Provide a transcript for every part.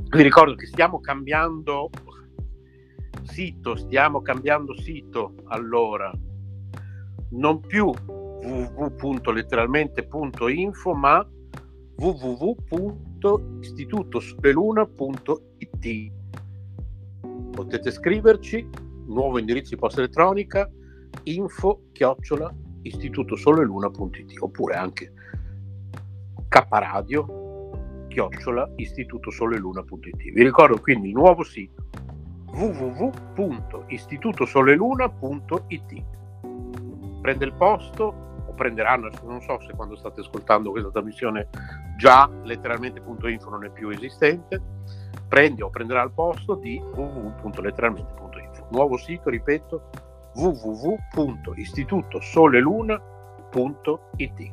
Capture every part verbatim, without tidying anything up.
Vi ricordo che stiamo cambiando sito, stiamo cambiando sito, allora non più www punto letteralmente punto info ma www punto istituto sole luna punto it. Potete scriverci, nuovo indirizzo di posta elettronica info chiocciola istituto sole luna punto it, oppure anche kradio chiocciola istituto sole luna punto it. Vi ricordo quindi il nuovo sito www punto istituto sole luna punto it. Prende il posto, o prenderanno, non so se quando state ascoltando questa trasmissione già letteralmente punto info non è più esistente, prende o prenderà il posto di www punto letteralmente punto info. Nuovo sito, ripeto, www punto istituto sole luna punto it.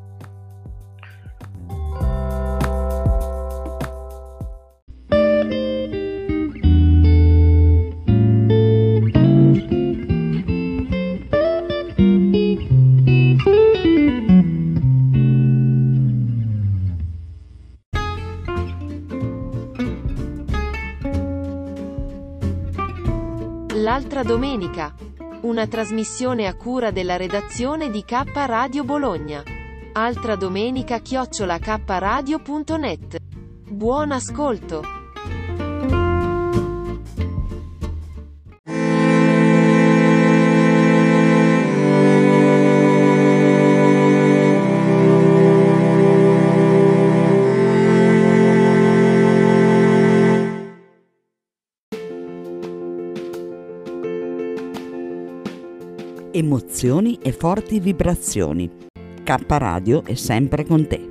L'altra domenica. Una trasmissione a cura della redazione di K Radio Bologna. Altra domenica chiocciola k radio punto net. Buon ascolto. Emozioni e forti vibrazioni. K Radio è sempre con te.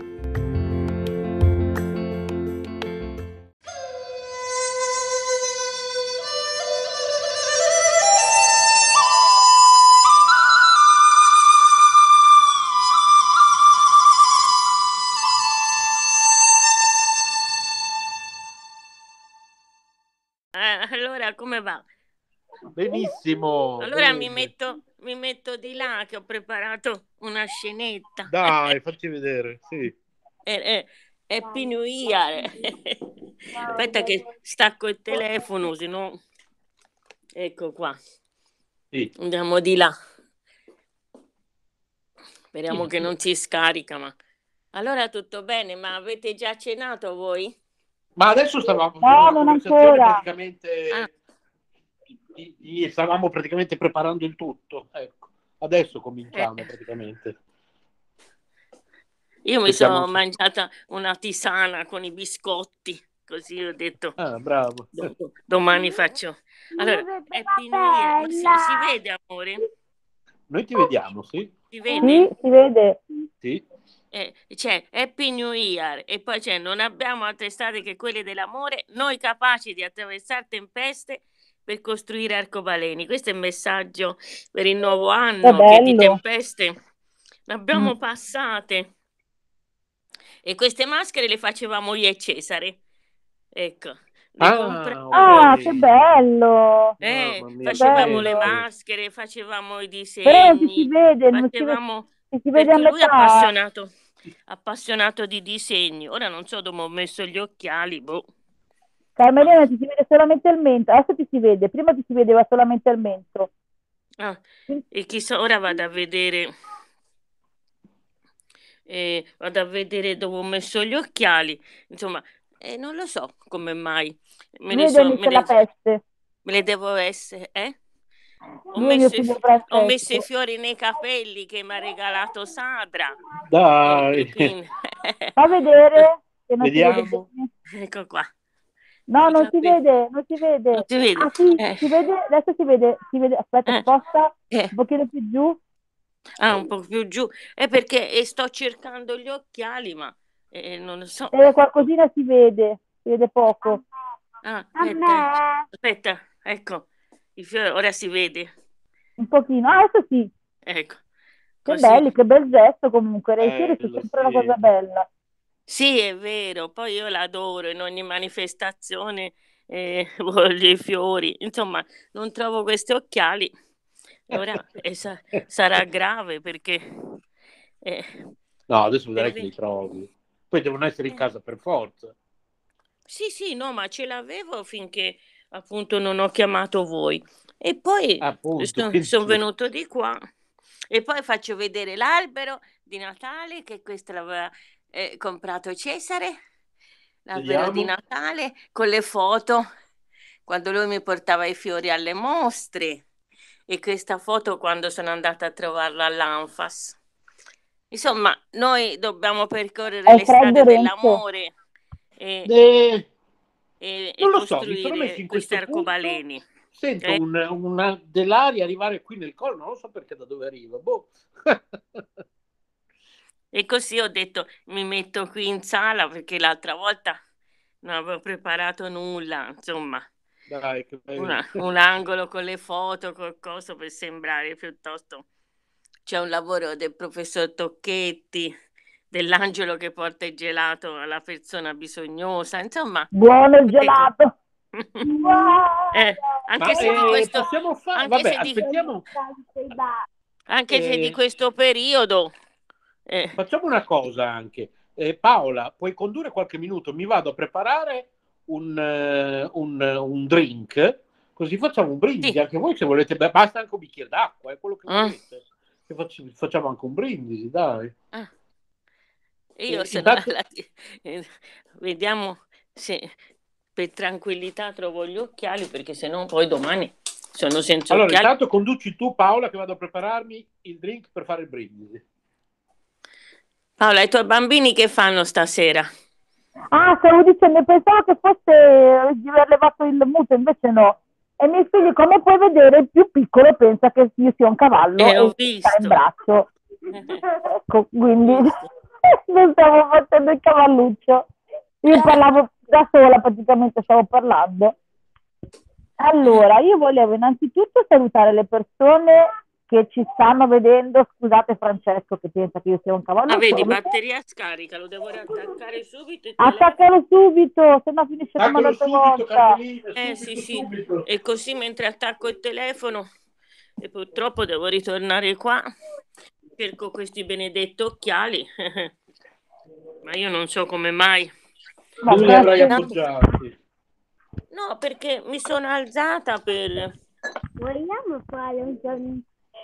Eh, allora come va? Benissimo. Allora bene. mi metto, mi metto di là che ho preparato una scenetta. Dai, facci vedere, sì. È, è, è Happy New Year. Aspetta che stacco il telefono, se no... Ecco qua. Sì. Andiamo di là. Speriamo Sì, che sì. non si scarica, ma... Allora tutto bene, ma avete già cenato voi? Ma adesso stavamo No, in una non conversazione ancora. praticamente Ah. i- i- stavamo praticamente preparando il tutto, ecco. Adesso cominciamo Eh. praticamente. Io mi Aspettiamo sono un- mangiata una tisana con i biscotti, così ho detto Ah, bravo. do- domani faccio. Allora, Happy New Year. Ma si, si vede, amore? Noi ti vediamo, sì? Si Sì, vede? si vede. Sì. Eh, c'è Happy New Year e poi c'è non abbiamo altre strade che quelle dell'amore, noi capaci di attraversare tempeste per costruire arcobaleni. Questo è il messaggio per il nuovo anno, che di bello. tempeste ne abbiamo Mm. passate. E queste maschere le facevamo io e Cesare. Ecco, le Ah, compravamo. Ah, ok. che bello. Eh, Mamma mia, facevamo le bello. maschere, facevamo i Però non ci si disegni, vede, non si vede, facevamo si si vede a perché lui è metà. appassionato, appassionato di disegni. Ora non so dove ho messo gli occhiali, boh. Carmelina, ti si vede solamente il mento. Adesso ti si vede, prima ti si vedeva solamente il mento. Ah, e chissà, ora vado a vedere, eh, vado a vedere dove ho messo gli occhiali. Insomma, eh, non lo so come mai. Me Lui li è so, me inizia li, la peste. me le devo essere, eh? Ho Lui è mio messo, i, figlio fi- ho messo i perfetto. fiori nei capelli che mi ha regalato Sandra. E, Dai. e quindi... Fa vedere che non si vede Vediamo. bene. Ecco qua. No, I non si capelli. vede, non si vede. Non si vede? Ah sì, Eh, si vede, adesso si vede, si vede. Aspetta, eh, sposta eh. un pochino più giù. Ah, un po' più giù. È perché eh, sto cercando gli occhiali, ma eh, non lo so. E qualcosina si vede, si vede poco. Ah, aspetta, aspetta, ecco, i fiori, ora si vede. Un pochino, ah, adesso sì. Ecco, Che così. belli, che bel gesto comunque. I fiori sono Bello, sempre una sì. cosa bella. Sì, è vero, poi io l'adoro, in ogni manifestazione eh, voglio i fiori. Insomma, non trovo questi occhiali. E ora eh, sa- sarà grave perché... eh, No, adesso vedrai per che li me- trovi. Poi devono essere in casa per forza. Sì, sì, no, ma ce l'avevo finché appunto non ho chiamato voi. E poi Appunto, sono quindi ce l'hai. venuto di qua e poi faccio vedere l'albero di Natale, che questo l'aveva eh, comprato Cesare, l'albero di Vediamo. Natale con le foto, quando lui mi portava i fiori alle mostre, e questa foto quando sono andata a trovarlo all'Anfas. Insomma, noi dobbiamo percorrere È le freddo, strade Renzo? dell'amore e, Eh, e- e non lo so, mi sono messo costruire in questi questo punto, arcobaleni. sento Eh, un, una, dell'aria arrivare qui nel collo, non lo so perché da dove arriva. Boh. E così ho detto mi metto qui in sala perché l'altra volta non avevo preparato nulla, insomma, Dai, che bello. una- un angolo con le foto, qualcosa per sembrare piuttosto. C'è un lavoro del professor Tocchetti, dell'angelo che porta il gelato alla persona bisognosa, insomma, Buono il ecco. gelato. Buono. Eh, Ma anche se di eh, questo, possiamo fare, anche vabbè, se di, aspettiamo, anche se di eh, questo periodo, eh, facciamo una cosa anche. Eh, Paola, puoi condurre qualche minuto? Mi vado a preparare un, eh, un, un drink, così facciamo un brindisi. sì, Anche voi se volete, beh, basta anche un bicchiere d'acqua, è quello che eh, volete. Che facci- facciamo anche un brindisi, dai. eh. Io Eh, sono intanto, alla... eh, vediamo se per tranquillità trovo gli occhiali, perché sennò poi domani sono senza allora, occhiali. intanto conduci tu, Paola, che vado a prepararmi il drink per fare il brindisi. Paola, i tuoi bambini che fanno stasera? Ah, stavo dicendo, pensavo che fosse di aver levato il muto, invece no. E i miei figli, come puoi vedere, il più piccolo pensa che io sia un cavallo Eh, ho e sta in visto. braccio. Ecco, quindi Visto. non stavo facendo il cavalluccio. Io parlavo da sola, praticamente stavo parlando. Allora, io volevo innanzitutto salutare le persone che ci stanno vedendo. Scusate Francesco che pensa che io sia un cavallo Ah, vedi, solo. batteria scarica, lo devo riattaccare subito il telefono. Attaccalo subito, se no finisce come Attaccalo l'altra subito, volta. Carmelina, Eh sì, subito, sì, subito. e così mentre attacco il telefono, e purtroppo devo ritornare qua, cerco questi benedetti occhiali, ma io non so come mai. Ma Dove li avrai questo- Tanto- appoggiati? No, perché mi sono alzata per... Vogliamo fare un giorno?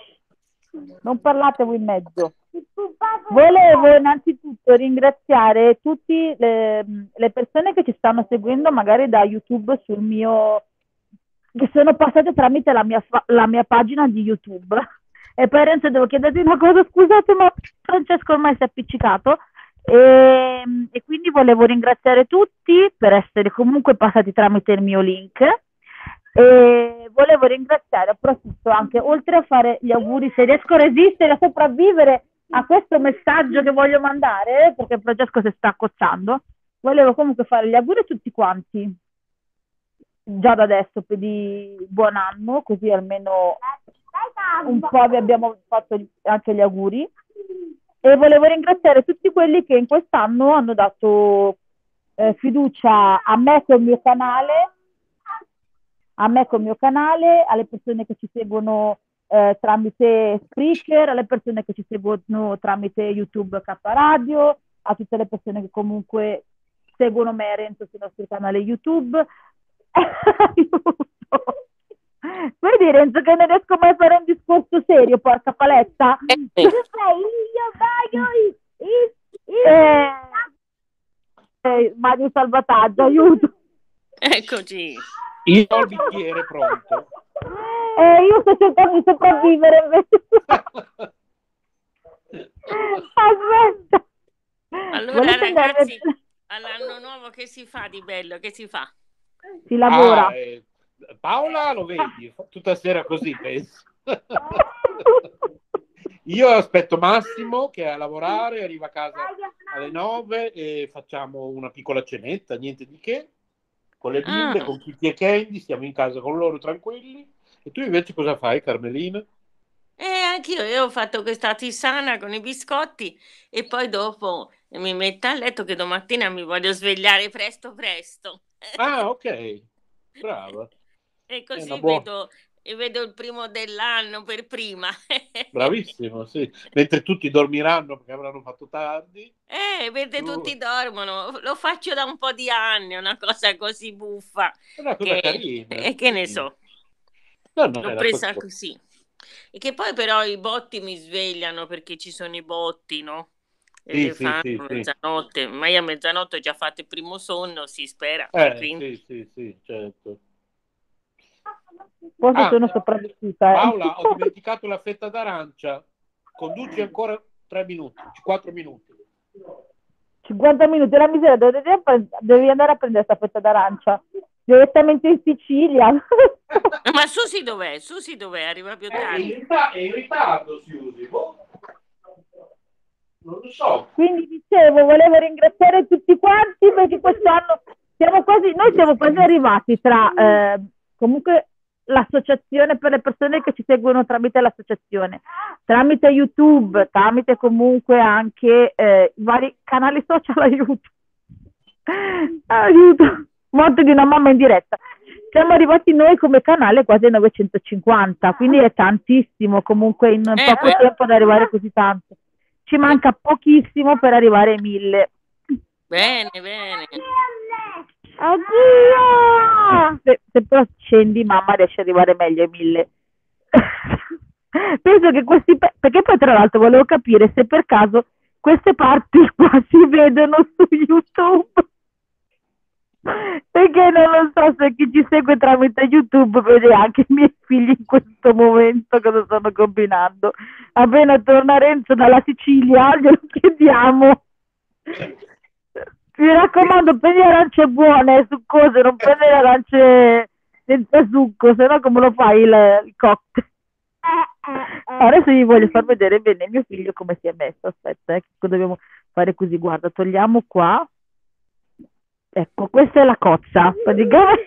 Non parlate voi in mezzo. Volevo innanzitutto ringraziare tutte le, le persone che ci stanno seguendo magari da YouTube sul mio, che sono passate tramite la mia, fa- la mia pagina di YouTube. E poi Renzo devo chiederti una cosa, scusate, ma Francesco ormai si è appiccicato. E, e quindi volevo ringraziare tutti per essere comunque passati tramite il mio link. E volevo ringraziare, approfitto anche, oltre a fare gli auguri, se riesco a resistere, a sopravvivere a questo messaggio che voglio mandare, perché Francesco si sta accozzando, volevo comunque fare gli auguri a tutti quanti, già da adesso, per di buon anno, così almeno un po' vi abbiamo fatto anche gli auguri. E volevo ringraziare tutti quelli che in quest'anno hanno dato eh, fiducia a me col mio canale, a me col mio canale, alle persone che ci seguono eh, tramite Spreaker, alle persone che ci seguono tramite YouTube K Radio, a tutte le persone che comunque seguono me e Renzo sui nostri canali YouTube. Aiuto! Vedi Renzo che non riesco mai a fare un discorso serio, porca paletta. Eh, Io voglio il, il, eh, eh, Mario Salvataggio, aiuto. eccoci. Io ho il bicchiere pronto. Eh, io sto cercando di sopravvivere invece. Aspetta. Allora Volete andare a ragazzi, vedere? all'anno nuovo che si fa di bello? Che si fa? Si lavora. Ah, eh, Paola lo vedi, fa tutta sera così, penso. Io aspetto Massimo che è a lavorare, arriva a casa alle nove e facciamo una piccola cenetta, niente di che, con le bimbe, Ah, con Kitty e Candy, stiamo in casa con loro tranquilli. E tu invece cosa fai, Carmelina? e anch'io io ho fatto questa tisana con i biscotti e poi dopo mi metto a letto che domattina mi voglio svegliare presto presto. Ah, ok, brava. E È una così buona. vedo e vedo il primo dell'anno per prima. Bravissimo, sì. Mentre tutti dormiranno perché avranno fatto tardi. Eh, mentre Tu- tutti dormono, lo faccio da un po' di anni, è una cosa così buffa È una cosa che, carina. e che ne Sì. so, No, no, è l'ho una presa cosa- così. E che poi però i botti mi svegliano perché ci sono i botti, no? E Sì, le sì, fanno sì, a sì. mezzanotte, ma io a mezzanotte ho già fatto il primo sonno, si spera, e Eh, quindi... sì, sì, sì, certo. Forse Ah, sono sopravvissuta. Eh. Paola, ho dimenticato la fetta d'arancia. Conduci ancora tre minuti, quattro minuti. cinquanta minuti, la miseria, devi, devi andare a prendere questa fetta d'arancia direttamente in Sicilia. Ma Susi dov'è? Susi dov'è? Arriva più È in, tardi. rita- è in ritardo, Siusi. Boh. Non lo so. Quindi dicevo, volevo ringraziare tutti quanti perché quest'anno siamo quasi, noi siamo quasi arrivati tra eh, comunque l'associazione, per le persone che ci seguono tramite l'associazione, tramite YouTube, tramite comunque anche eh, i vari canali social, aiuto, aiuto, morte di una mamma in diretta. Siamo arrivati noi come canale quasi a novecentocinquanta, quindi è tantissimo comunque in Eh, poco beh. tempo ad arrivare così tanto. Ci manca pochissimo per arrivare ai mille. Bene, bene. Oddio! Se, se però scendi, mamma riesce ad arrivare meglio ai mille. Penso che questi... pe- Perché poi tra l'altro volevo capire se per caso queste parti qua si vedono su YouTube. Perché non lo so se chi ci segue tramite YouTube vede anche i miei figli in questo momento cosa stanno combinando. Appena torna Renzo dalla Sicilia, glielo chiediamo. Mi raccomando, prendi le arance buone, succose, non prendi le arance senza succo, se no come lo fai il, il cocktail? Adesso vi voglio far vedere bene mio figlio come si è messo. Aspetta, eh, che dobbiamo fare così, guarda, togliamo qua. Ecco, questa è la cozza, praticamente,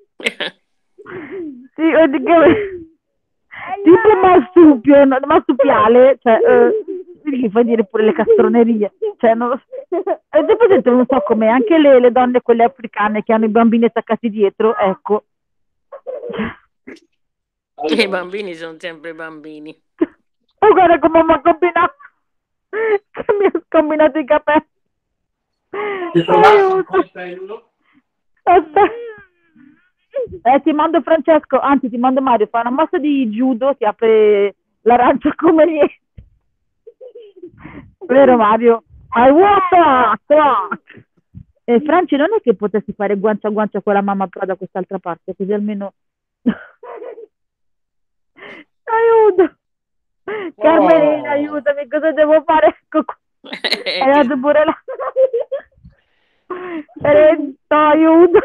sì, praticamente, tipo marsupio, no, marsupiale, cioè, eh, gli fai dire pure le castronerie, cioè, non lo so. Avete presente, non so come, anche le, le donne, quelle africane che hanno i bambini attaccati dietro, ecco. I bambini sono sempre bambini. Oh, guarda come mi ha combinato, che mi ha scombinato i capelli. Ti trovassi un Aiuto. coltello? Aspetta. Eh, ti mando Francesco, anzi ti mando Mario, fa una mossa di judo, ti apre l'arancia come niente. Vero Mario? I water! Crack! E Franci, non è che potessi fare guancia a guancia con la mamma però da quest'altra parte, così almeno... Aiuto! Carmelina, Oh. aiutami, cosa devo fare? Ecco qua. Eh, Hai dato pure la... Renzo, aiuto!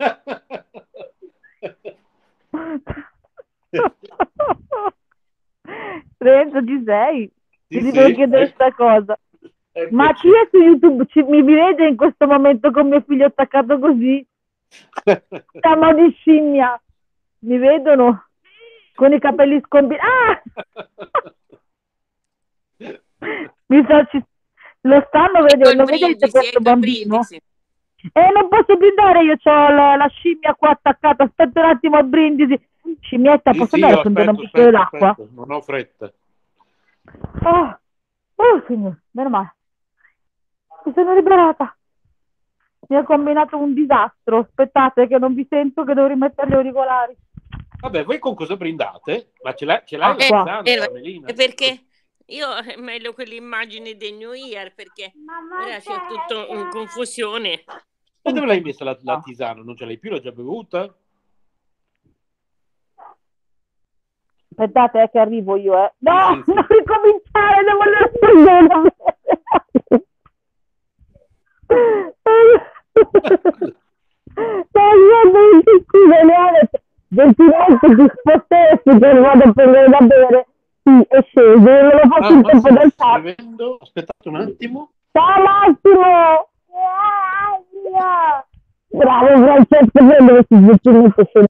Renzo, ci sei? Sì, Ti sì, devo chiedere ecco. questa cosa. Eccoci. Ma chi è su YouTube? Ci, mi vede in questo momento con mio figlio attaccato così? Chiama di scimmia. Mi vedono? Con i capelli scombinati. Ah! Mi sta, ci, lo stanno vedendo, Ecco il vedete brindisi, questo ecco il bambino? brindisi. Eh, non posso brindare, io ho la, la scimmia qua attaccata, aspetta un attimo a brindisi. Scimmietta, Sì, posso sì, andare a io prendere un aspetto, bicchiere aspetto, d'acqua? aspetto, non ho fretta. Oh, oh signore, meno male. Mi sono liberata. Mi ha combinato un disastro. Aspettate che non vi sento, che devo rimettere gli auricolari. Vabbè, voi con cosa brindate? Ma ce l'hai, ce l'hai la Acqua. tisana, Eh, Carmelina? eh, perché io è meglio quell'immagine del New Year perché ora c'è tutto in confusione. E dove l'hai messa la, la tisana? Non ce l'hai più? L'hai già bevuta? Aspettate, eh, che arrivo io, eh. No, Sì, sì, sì. non ricominciare, devo andare a prendere. Dai, io scusa, Leone, gentilmente ti sposteresti che vado a prendere da bere. Sì, è sceso, non lo faccio Ah, il ma tempo sto del fatto. scrivendo. Aspettate un attimo. Ciao Massimo! Bravo Francesco, prendere si gentilmente scende.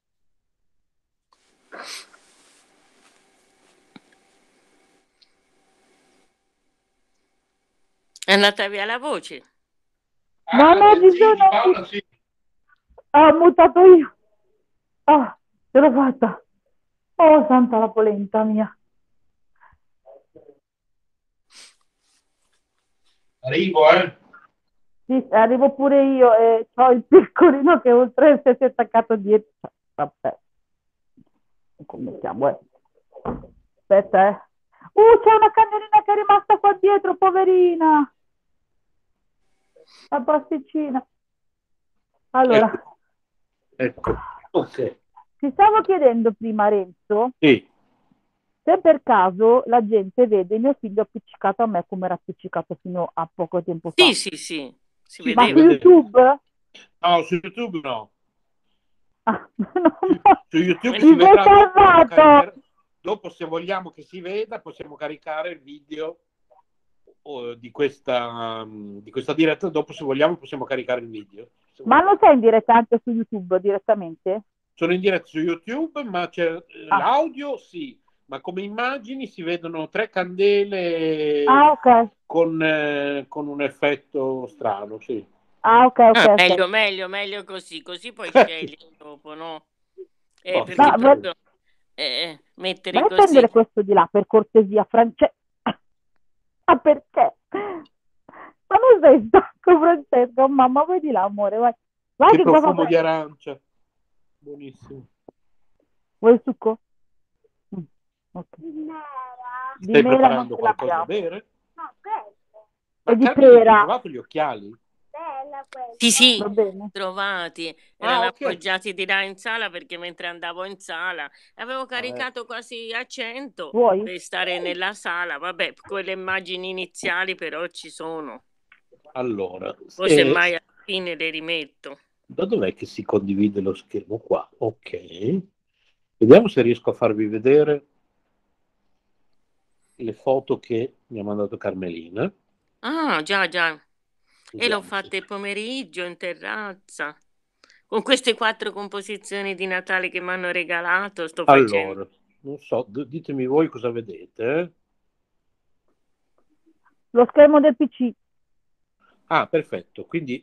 È andata via la voce. No, no, ci sono. Paola, sì. Ho mutato io. Ah, ce l'ho fatta. Oh, santa la polenta mia. Arrivo, eh. Sì, arrivo pure io e ho il piccolino che oltre a essersi attaccato dietro. Vabbè, come siamo, eh. Aspetta, eh. Uh, c'è una cagnolina che è rimasta qua dietro, poverina. La pasticcina. Allora, Ecco, ok. ti stavo chiedendo prima, Renzo, Sì, se per caso la gente vede mio figlio appiccicato a me come era appiccicato fino a poco tempo fa. Sì, sì, sì, si Sì, Ma si su vedeva. vede. YouTube? No, su YouTube no. Ah, no, Su, no. su YouTube Mi si sei vedrà dopo, lo salvato! caricher- dopo, se vogliamo che si veda, possiamo caricare il video oh, di questa, um, di questa diretta. Dopo, se vogliamo, possiamo caricare il video. Se Ma vogliamo. lo sei in diretta anche su YouTube direttamente? Sono in diretta su YouTube, ma c'è eh, Ah, l'audio, sì, ma come immagini si vedono tre candele ah, ok. con, eh, con un effetto strano, sì. Ah, ok, ok, Ah, ok. meglio, meglio, meglio così, così poi scegli dopo, no? Eh, Oh, perché Ma sì, vo- proprio eh, mettere vai a così. prendere questo di là, per cortesia, Francesco. Ma perché? Ma non sei stanco, Francesco? Mamma, vai di là, amore, vai. Vai che che qua fa profumo di freddo. arancia, buonissimo. Vuoi il succo? Mm, ok. Di Stai mela non preparando ce qualcosa da l'abbiamo. bere? E Ma di Carmelina, hai pera. trovato gli occhiali? Sì, sì, Va bene? trovati, Ah, erano ok. appoggiati di là in sala perché mentre andavo in sala avevo Vabbè. caricato quasi a cento Vuoi? per stare nella sala. Vabbè, quelle immagini iniziali però ci sono. Allora, Poi eh, semmai alla fine le rimetto. da dov'è che si condivide lo schermo qua? Ok. Vediamo se riesco a farvi vedere le foto che mi ha mandato Carmelina. Ah, già, già. E l'ho Vediamo se... fatta il pomeriggio in terrazza. Con queste quattro composizioni di Natale che mi hanno regalato, sto facendo. Allora, non so, d- ditemi voi cosa vedete. eh. Lo schermo del P C. Ah, perfetto. Quindi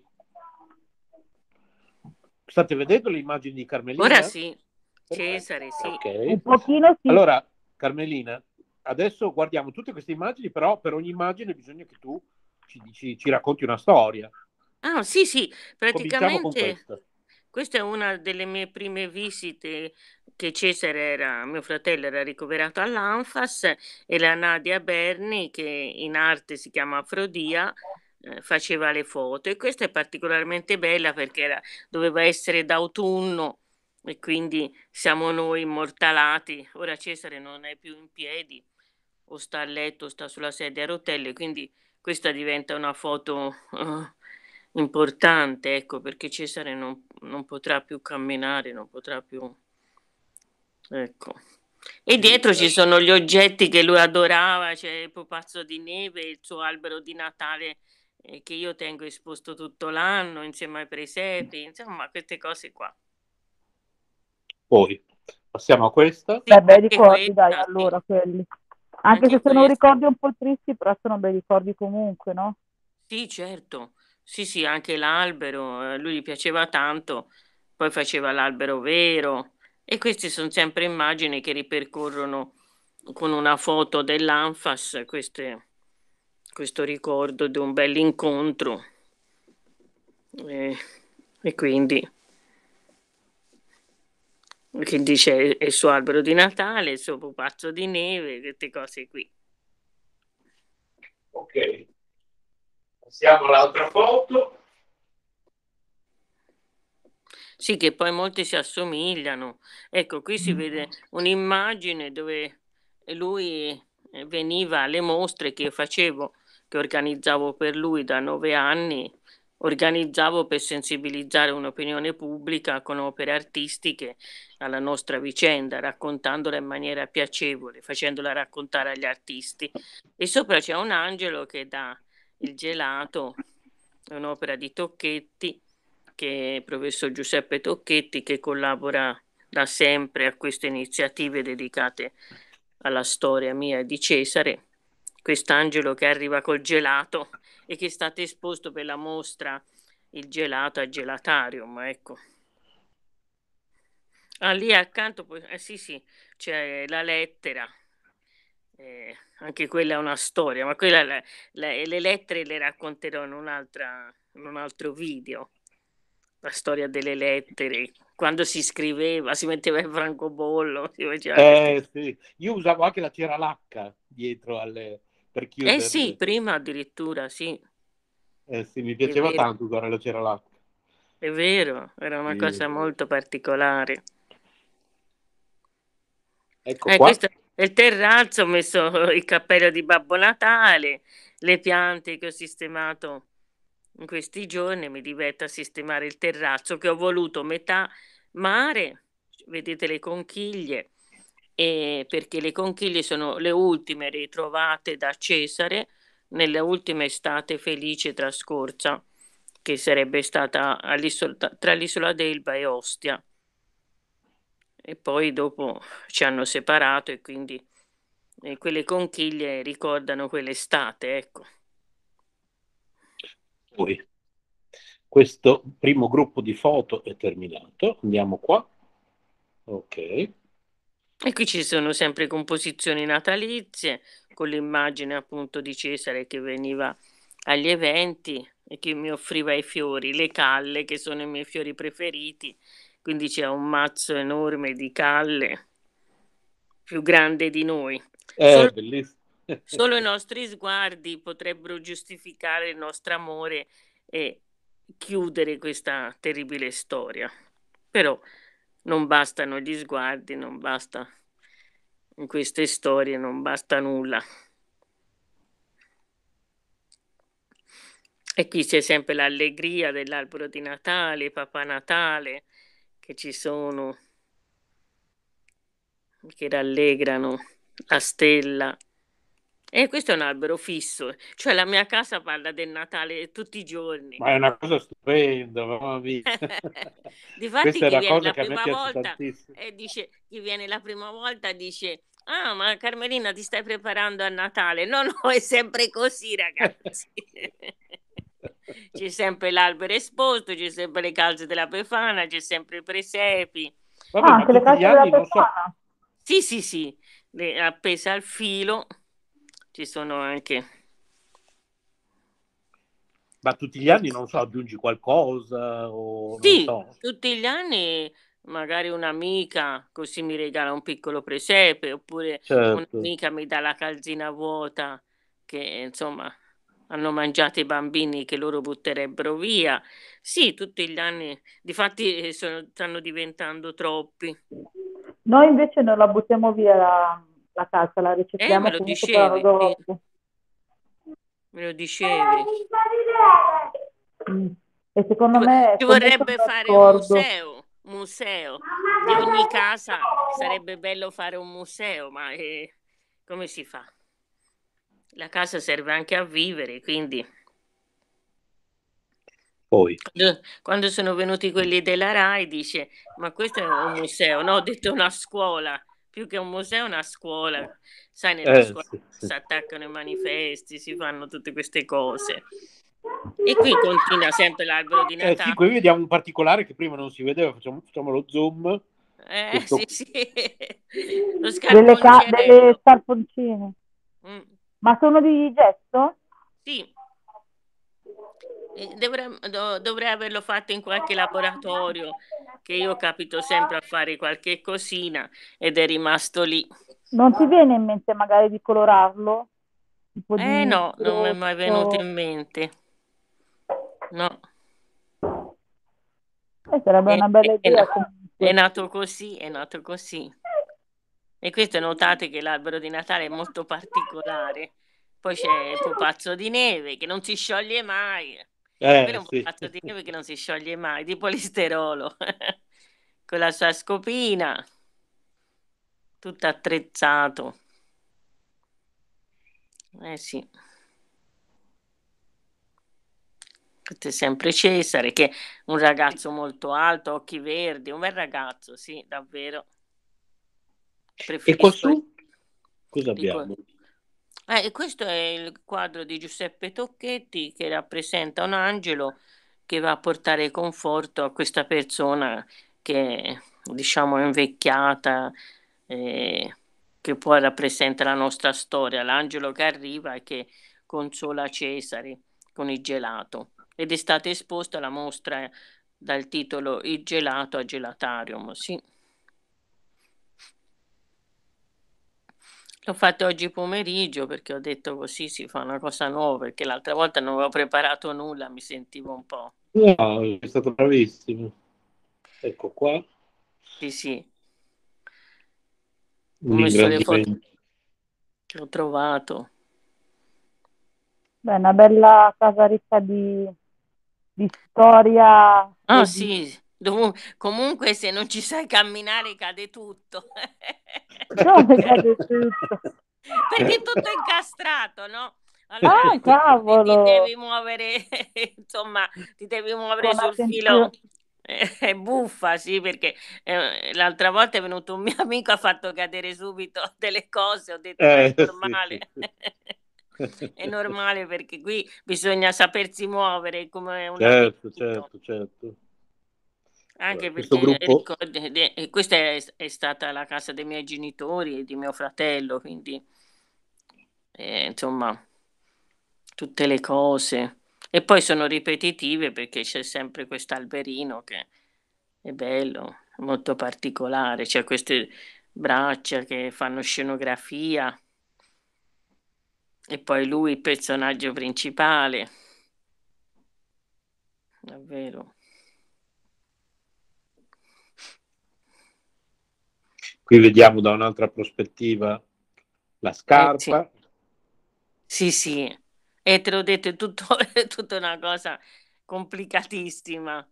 state vedendo le immagini di Ora Carmelina? sì, Perfetto. Cesare, sì. Ok. Un pochino sì. Allora, Carmelina, adesso guardiamo tutte queste immagini, però per ogni immagine bisogna che tu ci, dici- ci racconti una storia. Ah, sì, sì, Cominciamo con praticamente questa. questa è una delle mie prime visite che Cesare era, mio fratello era ricoverato all'Anfas e la Nadia Berni, che in arte si chiama Afrodia, eh, faceva le foto e questa è particolarmente bella perché era- doveva essere d'autunno e quindi siamo noi immortalati. Ora Cesare non è più in piedi, o sta a letto, o sta sulla sedia a rotelle, quindi questa diventa una foto eh, importante, ecco, perché Cesare non, non potrà più camminare, non potrà più... Ecco. E dietro ci sono gli oggetti che lui adorava, c'è il pupazzo di neve, il suo albero di Natale eh, che io tengo esposto tutto l'anno insieme ai presepi, insomma, queste cose qua. Poi passiamo a questa. Sì, Beh, bei anche ricordi, dai, questa, sì, allora, quelli. Anche anche se sono questa. ricordi un po' tristi, però sono bei ricordi comunque, no? Sì, certo. Sì, sì, anche l'albero, a lui gli piaceva tanto, poi faceva l'albero vero e queste sono sempre immagini che ripercorrono con una foto dell'Anfas, queste- questo ricordo di un bell'incontro. E, e quindi, che dice è il suo albero di Natale, il suo pupazzo di neve, queste cose qui. Ok. Passiamo all'altra foto. Sì, che poi molti si assomigliano. Ecco, qui si vede un'immagine dove lui eh, veniva alle mostre che io facevo, che organizzavo per lui da nove anni, organizzavo per sensibilizzare un'opinione pubblica con opere artistiche alla nostra vicenda, raccontandola in maniera piacevole, facendola raccontare agli artisti. E sopra c'è un angelo che dà il gelato, è un'opera di Tocchetti che è il professor Giuseppe Tocchetti, che collabora da sempre a queste iniziative dedicate alla storia mia e di Cesare. Quest'angelo che arriva col gelato e che è stato esposto per la mostra Il gelato a Gelatarium, ecco. Ah, lì accanto, poi, eh, sì, sì, c'è la lettera, eh, anche quella è una storia, ma quella, la- la- le lettere le racconterò in un'altra, in un altro video. La storia delle lettere, quando si scriveva, si metteva il francobollo, si faceva queste... Eh sì, io usavo anche la cera lacca dietro alle, per Eh sì, chiuderle. prima addirittura, sì, Eh sì, mi è piaceva vero, tanto usare la cera lacca. è vero, era una Sì. cosa molto particolare. Ecco Eh, qua. questo è il terrazzo, ho messo il cappello di Babbo Natale, le piante che ho sistemato in questi giorni, mi diverto a sistemare il terrazzo che ho voluto metà mare, vedete le conchiglie, e perché le conchiglie sono le ultime ritrovate da Cesare nella ultima estate felice trascorsa, che sarebbe stata all'isola- tra l'isola d'Elba e Ostia. E poi dopo ci hanno separato e quindi eh, quelle conchiglie ricordano quell'estate, ecco. Poi, questo primo gruppo di foto è terminato. Andiamo qua. Ok. E qui ci sono sempre composizioni natalizie con l'immagine appunto di Cesare che veniva agli eventi e che mi offriva i fiori, le calle che sono i miei fiori preferiti, quindi c'è un mazzo enorme di calle più grande di noi. È Solo, bellissimo. solo i nostri sguardi potrebbero giustificare il nostro amore e chiudere questa terribile storia. Però non bastano gli sguardi, non basta in queste storie, non basta nulla. E qui c'è sempre l'allegria dell'albero di Natale, Papà Natale, che ci sono, che rallegrano la stella. E questo è un albero fisso, cioè la mia casa parla del Natale tutti i giorni. Ma è una cosa stupenda, mamma mia. Difatti Questa è chi una viene cosa la che a me prima piace volta tantissimo. e dice, chi viene la prima volta dice, ah, ma Carmelina ti stai preparando a Natale? No, no, è sempre così, ragazzi. C'è sempre l'albero esposto, c'è sempre le calze della Befana, c'è sempre i presepi. Vabbè, Ah, ma anche le tutti gli calze della anni, non so, Befana. Sì, sì, sì, le- appesa al filo ci sono anche... ma tutti gli anni, non so, aggiungi qualcosa o non Sì, so. tutti gli anni magari un'amica così mi regala un piccolo presepe, oppure Certo. un'amica mi dà la calzina vuota che insomma hanno mangiato i bambini che loro butterebbero via. Sì, tutti gli anni, difatti eh, sono- stanno diventando troppi. Noi invece non la buttiamo via la, la calza, la Eh, me ricicliamo lo comunque per l'anno dicevi, sì, dopo. me lo dicevi. Mm. E Ci secondo vo- me, ci con me sono vorrebbe fare un d'accordo. museo, museo di ogni casa, sarebbe bello fare un museo, ma eh, come si fa? La casa serve anche a vivere, quindi Poi, quando, quando sono venuti quelli della RAI dice, ma questo è un museo, no, ho detto una scuola, più che un museo è una scuola, sai, nella eh, scuola sì, sì. si attaccano i manifesti, si fanno tutte queste cose. E qui continua sempre l'albero di Eh, sì, Natale. qui vediamo un particolare che prima non si vedeva, facciamo, facciamo lo zoom. Eh sì, Questo, sì, lo Delle, ca- delle scarponcerello. scarponcine. Mm, Ma sono di gesso? sì. Eh, Dovrei, do- dovrei averlo fatto in qualche laboratorio, che io capito sempre a fare qualche cosina ed è rimasto lì. Non ti viene in mente magari di colorarlo? Un po' Eh di no, non mi è mai venuto rosso? in mente. No, Eh, sarebbe è, una è- bella è na- idea è comunque. nato così, è nato così. E questo notate che l'albero di Natale è molto particolare. Poi c'è il pupazzo di neve che non si scioglie mai. Quello eh, è un sì. pupazzo di neve che non si scioglie mai, di polisterolo, con la sua scopina, tutto attrezzato. Eh sì, questo è sempre Cesare, che è un ragazzo molto alto, occhi verdi, un bel ragazzo, sì, davvero. E qua Preferisco... su cosa Dico, abbiamo? eh, e questo è il quadro di Giuseppe Tocchetti che rappresenta un angelo che va a portare conforto a questa persona che diciamo invecchiata, eh, che poi rappresenta la nostra storia, l'angelo che arriva e che consola Cesare con il gelato, ed è stata esposta alla mostra dal titolo Il gelato a Gelatarium, sì. L'ho fatto oggi pomeriggio perché ho detto così si fa una cosa nuova, perché l'altra volta non avevo preparato nulla, mi sentivo un po'. No, è stato bravissimo. Ecco qua. Sì, sì. Ho Un messo le foto ingrandimento. che ho trovato. Beh, una bella casa ricca di, di storia Ah, e di... sì, dovu- comunque se non ci sai camminare cade tutto. Dove cade tutto? Perché è tutto incastrato, no? Allora Ah, ti, ti- ti- ti cavolo! devi muovere, insomma, ti devi muovere Con sul filo. attenzione. Eh, È buffa, sì, perché eh, l'altra volta è venuto un mio amico, ha fatto cadere subito delle cose, ho detto, ma è Eh, sì, normale. sì, sì. È normale perché qui bisogna sapersi muovere come un Certo, laberinto. certo, certo. Anche Questo perché gruppo, ricordi, de- e questa è, è stata la casa dei miei genitori e di mio fratello, quindi eh, insomma, tutte le cose. E poi sono ripetitive perché c'è sempre quest'alberino che è bello, molto particolare. C'è queste braccia che fanno scenografia e poi lui il personaggio principale. Davvero. qui vediamo da un'altra prospettiva la Eh sì, scarpa. sì, sì. E te l'ho detto, è tutto, è tutta una cosa complicatissima.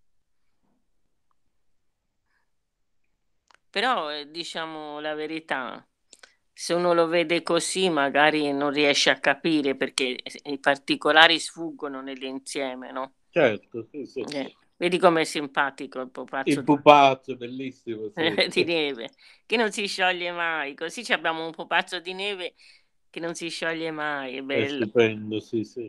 Però eh, diciamo la verità, se uno lo vede così magari non riesce a capire perché i particolari sfuggono nell'insieme, no? Certo, sì, sì. Eh, vedi com'è simpatico il pupazzo Il di, pupazzo, bellissimo, sì. di neve, che non si scioglie mai. Così ci abbiamo un pupazzo di neve che non si scioglie mai, è È bello. stupendo, sì, sì.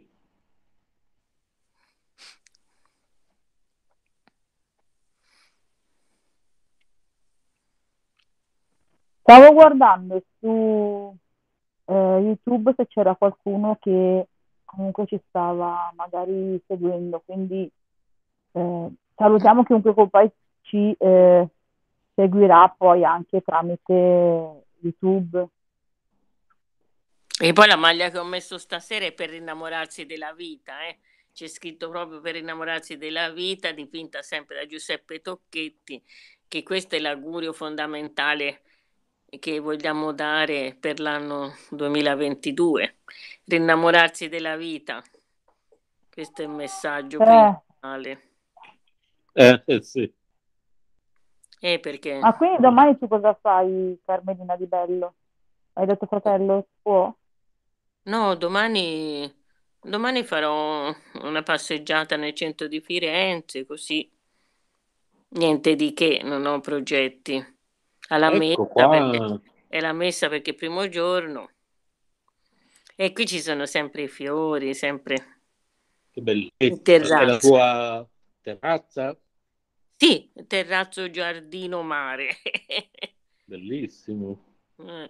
Stavo guardando su eh, YouTube se c'era qualcuno che comunque ci stava magari seguendo, quindi eh, salutiamo chiunque poi ci eh, seguirà poi anche tramite YouTube. E poi la maglia che ho messo stasera è per innamorarsi della vita, eh. C'è scritto proprio per innamorarsi della vita, dipinta sempre da Giuseppe Tocchetti, che questo è l'augurio fondamentale che vogliamo dare per l'anno duemilaventidue. Rinnamorarsi della vita. Questo è il messaggio Eh, principale. Eh, eh, sì. Eh, perché ma quindi domani tu cosa fai, Carmelina Di Bello? Hai detto fratello tuo? no, domani, domani farò una passeggiata nel centro di Firenze, così niente di che, non ho progetti. Alla Ecco messa perché qua, è la messa perché è il primo giorno e qui ci sono sempre i fiori, sempre che il bellezza. È la terrazzo. tua terrazza? Sì, terrazzo, giardino, mare. Bellissimo. Eh.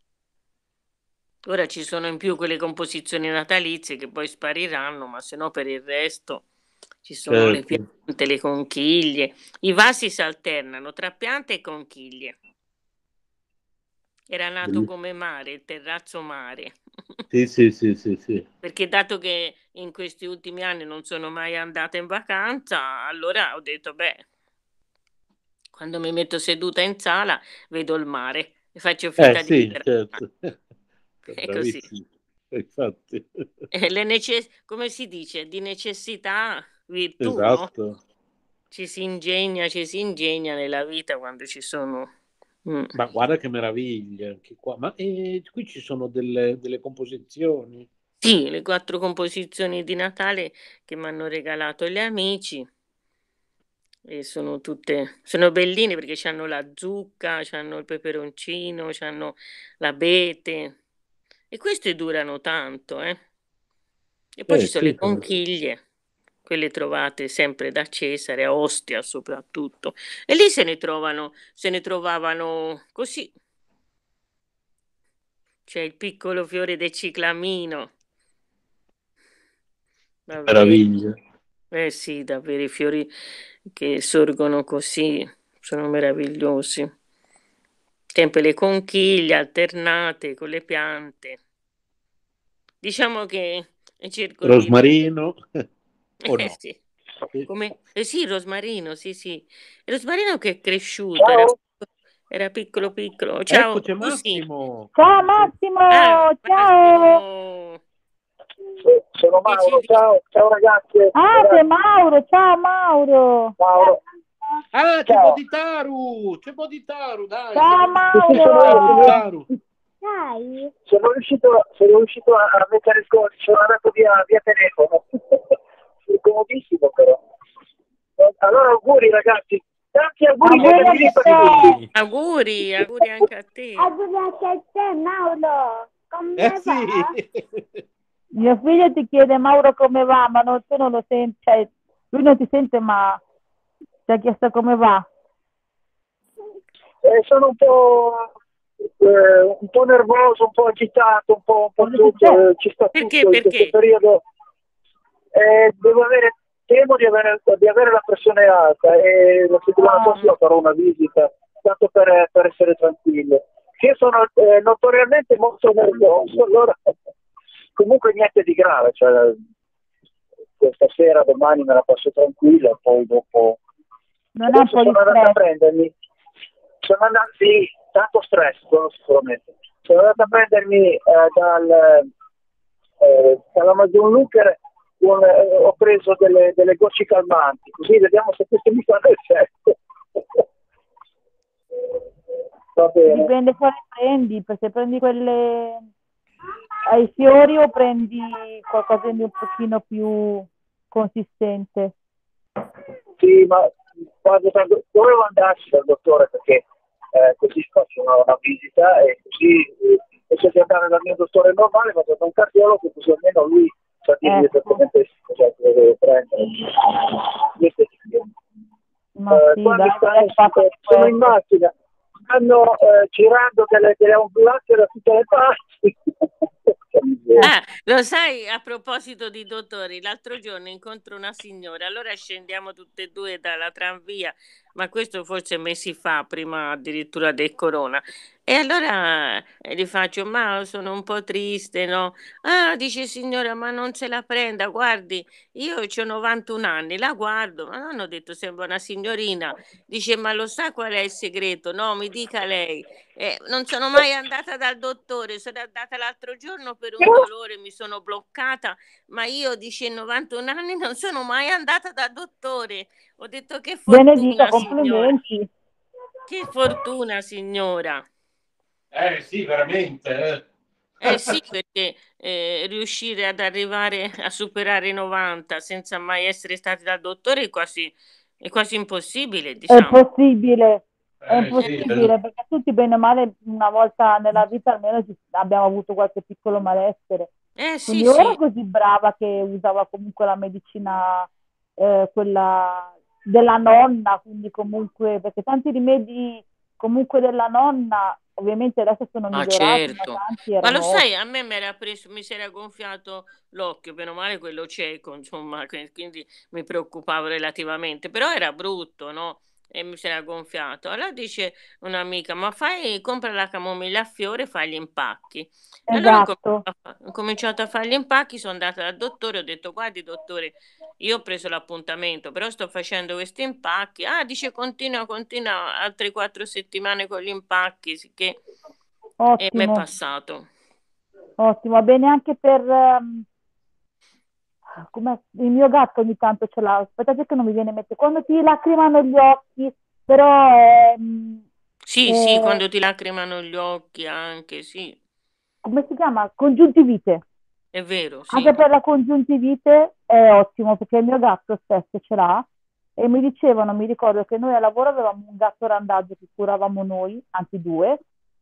Ora ci sono in più quelle composizioni natalizie che poi spariranno, ma se no per il resto ci sono le Certo. piante, le conchiglie. I vasi si alternano tra piante e conchiglie. Era nato Belli- come mare, il terrazzo mare. Sì, sì, sì, sì, sì. Perché dato che in questi ultimi anni non sono mai andata in vacanza, allora ho detto, beh, quando mi metto seduta in sala vedo il mare e faccio Eh finta di sì, vedere il mare. certo. È così. Bravissimo. Infatti. Eh, le necess- come si dice? Di necessità virtù, no? Esatto. Ci si ingegna, ci si ingegna nella vita quando ci sono... Mm. Ma guarda che meraviglia anche qua. Ma eh, qui ci sono delle, delle composizioni. Sì, le quattro composizioni di Natale che mi hanno regalato gli amici e sono tutte, sono belline perché hanno la zucca, hanno il peperoncino, hanno l'abete e queste durano tanto, eh. E poi ci Eh sono le sì, conchiglie, quelle trovate sempre da Cesare, a Ostia soprattutto, e lì se ne trovano, se ne trovavano così. C'è il piccolo fiore del ciclamino. Davvero. Meraviglia. Eh sì, davvero i fiori che sorgono così sono meravigliosi. Sempre le conchiglie alternate con le piante. Diciamo che cerco di... Rosmarino o Eh no? sì. Come? Eh sì, il rosmarino, sì, sì. Il rosmarino che è cresciuto, era, Ciao, era piccolo piccolo. Ciao, Ecco, c'è tu sì. Massimo. Ciao Massimo, Ah, ciao! Massimo. so- sono Che ci Mauro, dici? ciao, ciao ragazzi. Ah, Ragazzi, c'è Mauro, ciao Mauro! Mauro. Ah, c'è Ciao. Bodhitaru, c'è Bodhitaru, dai. Ciao Sì, sì, sono Mauro! io, sono io. Bodhitaru. Dai. Sono riuscito, sono riuscito a, a mettere il codice, sono andato via, via telefono. È comodissimo però. Allora auguri ragazzi, tanti auguri Auguri per la anche grippa a di tutti. te! Auguri, auguri anche a te. Auguri anche a te, Mauro. Come Eh va? sì. Mio figlio ti chiede Mauro come va, ma non, tu non lo senti, cioè, lui non ti sente, ma ti ha chiesto come va. Eh, sono un po', eh, un po' nervoso, un po' agitato, un po', un po' Cosa tutto, succede? eh, ci sta Perché, tutto in questo perché? periodo. Eh, devo avere, temo di avere, di avere la pressione alta e la settimana Ah. prossima farò una visita, tanto per, per essere tranquillo. Io sono eh, notoriamente molto nervoso, allora comunque niente di grave, cioè, questa sera, domani me la passo tranquilla, poi dopo... Non ha un Adesso po' di sono andato a stress? prendermi, sono andato, sì, tanto stress, quello sicuramente. Sono andato a prendermi eh, dal, eh, dalla Maison Lucker, un, eh, ho preso delle, delle gocce calmanti, così vediamo se questo mi fa effetto. Va bene. Dipende quale prendi, perché prendi quelle ai fiori o prendi qualcosa di un pochino più consistente. Sì, ma quando, quando dovevo andarci dal dottore perché eh, così faccio una, una visita e così eh, invece di andare dal mio dottore normale vado da un cardiologo così almeno lui sa dirmi Ecco. esattamente cosa deve prendere. Questo è il Ma Eh, sì, qua mi dai, stanno, dai, fatto sono in questo. macchina, stanno eh, girando delle, delle ambulanze da tutte le parti. Ah, lo sai, a proposito di dottori, l'altro giorno incontro una signora, allora scendiamo tutte e due dalla tranvia, ma questo forse mesi fa, prima addirittura del corona. E allora eh, gli faccio, ma sono un po' triste, no? Ah, dice signora, ma non se la prenda, guardi, io ho novantuno anni, la guardo, ma non ho detto sembra una signorina. Dice, ma lo sa qual è il segreto? No, mi dica lei. Eh, non sono mai andata dal dottore, sono andata l'altro giorno per un dolore, mi sono bloccata, ma io dice novantuno anni non sono mai andata dal dottore. Ho detto che Benedica, fortuna, signora. complimenti. Che fortuna, signora. Eh sì, veramente. Eh sì, perché eh, riuscire ad arrivare a superare i novanta senza mai essere stati dal dottore è quasi, è quasi impossibile, È diciamo. possibile, è Eh, sì, impossibile, eh. perché tutti bene o male una volta nella vita almeno ci- abbiamo avuto qualche piccolo malessere. Eh sì, Quindi ora sì. così brava che usava comunque la medicina, eh, quella della nonna, quindi comunque, perché tanti rimedi comunque della nonna, ovviamente adesso sono Ah, migliorati, ma certo. tanti Ma lo erano sai, a me mi era preso, mi si era gonfiato l'occhio, bene o male quello cieco, insomma, que- quindi mi preoccupavo relativamente, però era brutto, no? E mi si era gonfiato. Allora dice un'amica, ma fai, compra la camomilla a fiore e fai gli impacchi. E allora ho cominciato esatto. a, fa- ho cominciato a fare gli impacchi, sono andata dal dottore, ho detto, guardi dottore, io ho preso l'appuntamento, però sto facendo questi impacchi. Ah, dice, continua, continua altre quattro settimane con gli impacchi, sicché... E mi è Ottimo, passato. ottimo. Va bene anche per... ehm, come il mio gatto ogni tanto ce l'ha, aspettate che non mi viene in mente, quando ti lacrimano gli occhi, però ehm, Sì, sì, eh, quando ti lacrimano gli occhi anche, sì, come si chiama? Congiuntivite. è vero, sì. Anche per la congiuntivite è ottimo perché il mio gatto stesso ce l'ha e mi dicevano, mi ricordo che noi a lavoro avevamo un gatto randagio che curavamo noi, anzi due,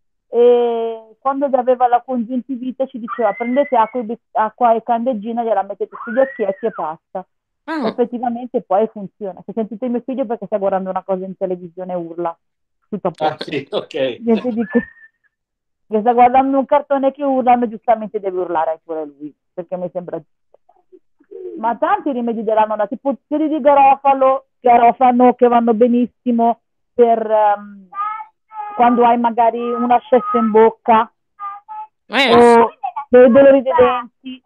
e quando aveva la congiuntivite ci diceva prendete acqua e, bis- acqua e candeggina, gliela mettete sugli occhietti e basta. Ah, effettivamente poi funziona. Se sentite mio figlio perché sta guardando una cosa in televisione e urla, tutto a Ah, posto. sì, ok. Niente di che. Che sta guardando un cartone che urlano, giustamente deve urlare pure lui, perché mi sembra giusto. Ma tanti rimedi della nonna, tipo fiori di garofalo, garofano che vanno benissimo per ehm, quando hai magari un ascesso in bocca eh, o dei dolori dei denti,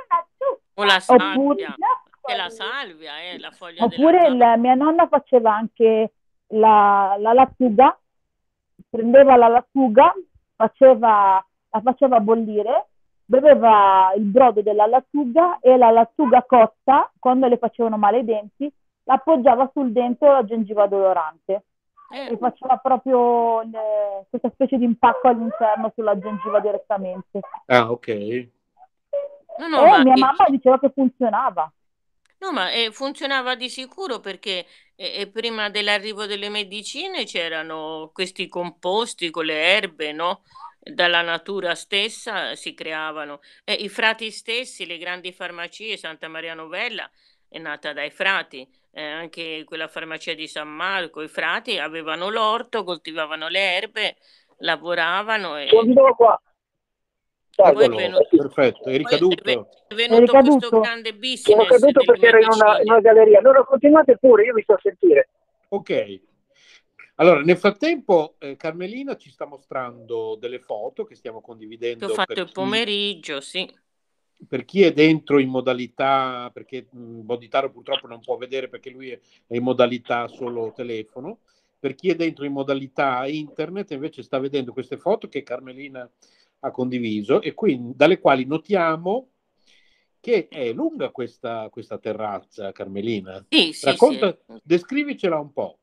o la oppure, salvia, che la salvia, eh, la foglia della oppure salvia. il- mia nonna faceva anche la, la lattuga, prendeva la lattuga, faceva, la faceva bollire, beveva il brodo della lattuga e la lattuga cotta, quando le facevano male i denti, la appoggiava sul dente o la gengiva dolorante Eh, e faceva proprio le- questa specie di impacco all'interno sulla gengiva direttamente. Ah, ok. no, E no, ma, mia eh, mamma diceva che funzionava. no, ma eh, funzionava di sicuro perché eh, eh, prima dell'arrivo delle medicine c'erano questi composti con le erbe, no? Dalla natura stessa si creavano. E i frati stessi, le grandi farmacie, Santa Maria Novella è nata dai frati, eh, anche quella farmacia di San Marco, i frati avevano l'orto, coltivavano le erbe, lavoravano Sono e di nuovo qua. poi è Salve. Eccolo, venuto, perfetto. È poi è ve- ricaduto. è È venuto questo ricaduto? grande Sono business caduto delle perché ero in una, in una medicine. galleria. Allora continuate pure, io vi sto a sentire. Ok. Allora, nel frattempo, eh, Carmelina ci sta mostrando delle foto che stiamo Che ho condividendo fatto per il chi, pomeriggio, sì. per chi è dentro in modalità, perché mh, Boditaro purtroppo non può vedere perché lui è, è in modalità solo telefono. Per chi è dentro in modalità internet invece sta vedendo queste foto che Carmelina ha condiviso e quindi dalle quali notiamo che è lunga questa, questa terrazza, Carmelina. Sì, sì, sì. Racconta, descrivicela un po'.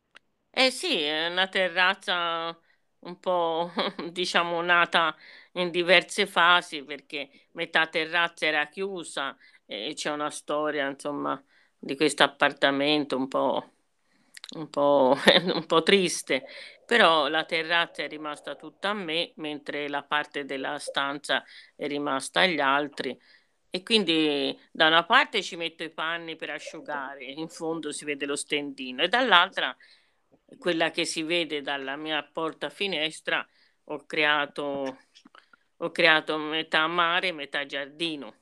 Eh sì, è una terrazza un po', diciamo, nata in diverse fasi perché metà terrazza era chiusa e c'è una storia, insomma, di questo appartamento un po', un po', un po' triste. Però la terrazza è rimasta tutta a me, mentre la parte della stanza è rimasta agli altri. E quindi da una parte ci metto i panni per asciugare, in fondo si vede lo stendino, e dall'altra, quella che si vede dalla mia porta finestra, ho creato, ho creato metà mare, metà giardino.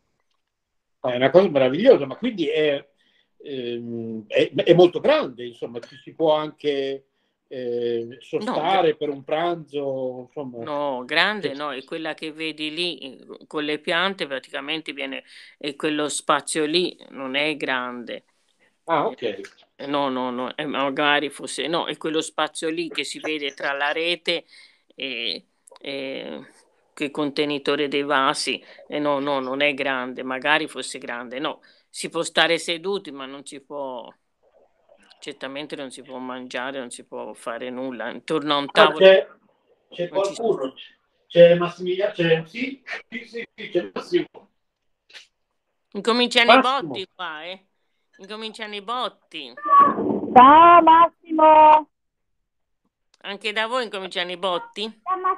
È una cosa meravigliosa, ma quindi è, ehm, è, è molto grande, insomma, ci si può anche eh, No, gra- sostare per un pranzo, insomma. no, grande no, è quella che vedi lì eh, con le piante, praticamente viene, e quello spazio lì non è grande. Ah, Eh, ok. No, no, no, eh, magari fosse, no, è quello spazio lì che si vede tra la rete e, e che contenitore dei vasi. E no, no, non è grande, magari fosse grande, no, si può stare seduti, ma non si può, certamente non si può mangiare, non si può fare nulla. Intorno a un Ah, tavolo c'è, c'è non ci. qualcuno, c'è Massimiliano, c'è, sì, sì, sì, sì, c'è Massimo. Incominciano i Massimo, botti qua, eh? Incominciano i botti. Ciao Massimo! Anche da voi incominciano i botti?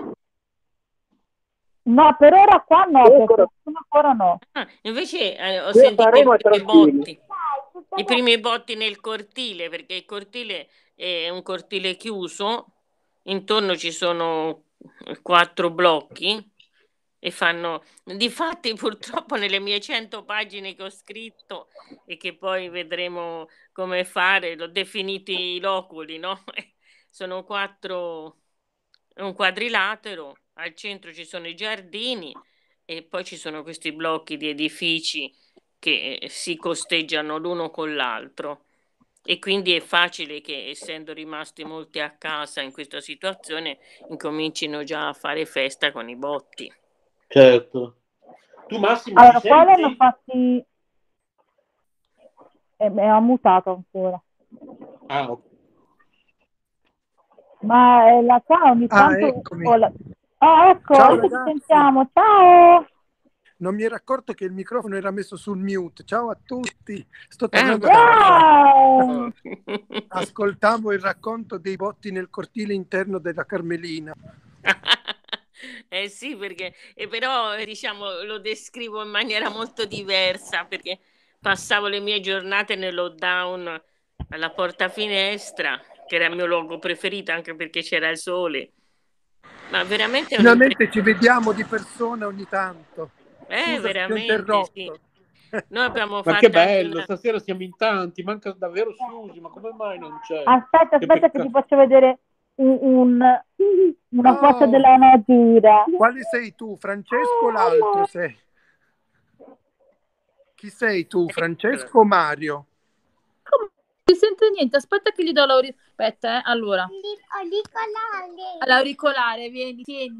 No, per ora qua no, Qui per ancora, fortuna ancora no. Ah, invece eh, ho qui a sentito i Sanremo è primi tranquillo. botti, i primi botti nel cortile, perché il cortile è un cortile chiuso, intorno ci sono quattro blocchi e fanno, difatti purtroppo nelle mie cento pagine che ho scritto e che poi vedremo come fare, l'ho definiti i loculi, no? Sono quattro, è un quadrilatero, al centro ci sono i giardini e poi ci sono questi blocchi di edifici che eh, si costeggiano l'uno con l'altro. E quindi è facile che, essendo rimasti molti a casa in questa situazione, incomincino già a fare festa con i botti. certo. Tu Massimo ci Allora, qua li hanno senti? fatti... Eh, beh, ho mutato ancora. Ah, ok. Ma eh, la ciao ogni Ah, tanto... eccomi. ho la- Ah, ecco, Ciao adesso ci ragazzi. sentiamo. Ciao! Non mi ero accorto che il microfono era messo sul mute. Ciao a tutti. Sto Ah, tornando a casa. Ciao! Ascoltavo il racconto dei botti nel cortile interno della Carmelina. Eh sì, perché eh, però eh, diciamo lo descrivo in maniera molto diversa perché passavo le mie giornate nel lockdown alla porta finestra, che era il mio luogo preferito anche perché c'era il sole. Ma veramente è finalmente ci vediamo di persona ogni tanto. Eh, Scusa, veramente sì. Noi abbiamo Ma fatto che bello, una... stasera siamo in tanti, manca davvero Susi, ma come mai non c'è? Aspetta, Che aspetta che peccato. ti faccio vedere un, un- una Oh. foto della natura. Quale sei tu, Francesco o l'altro sei? Chi sei tu, Francesco o Mario? Non si sente niente, aspetta che gli do l'auricolare. Aspetta, eh. Allora. L'auricolare, vieni, tieni.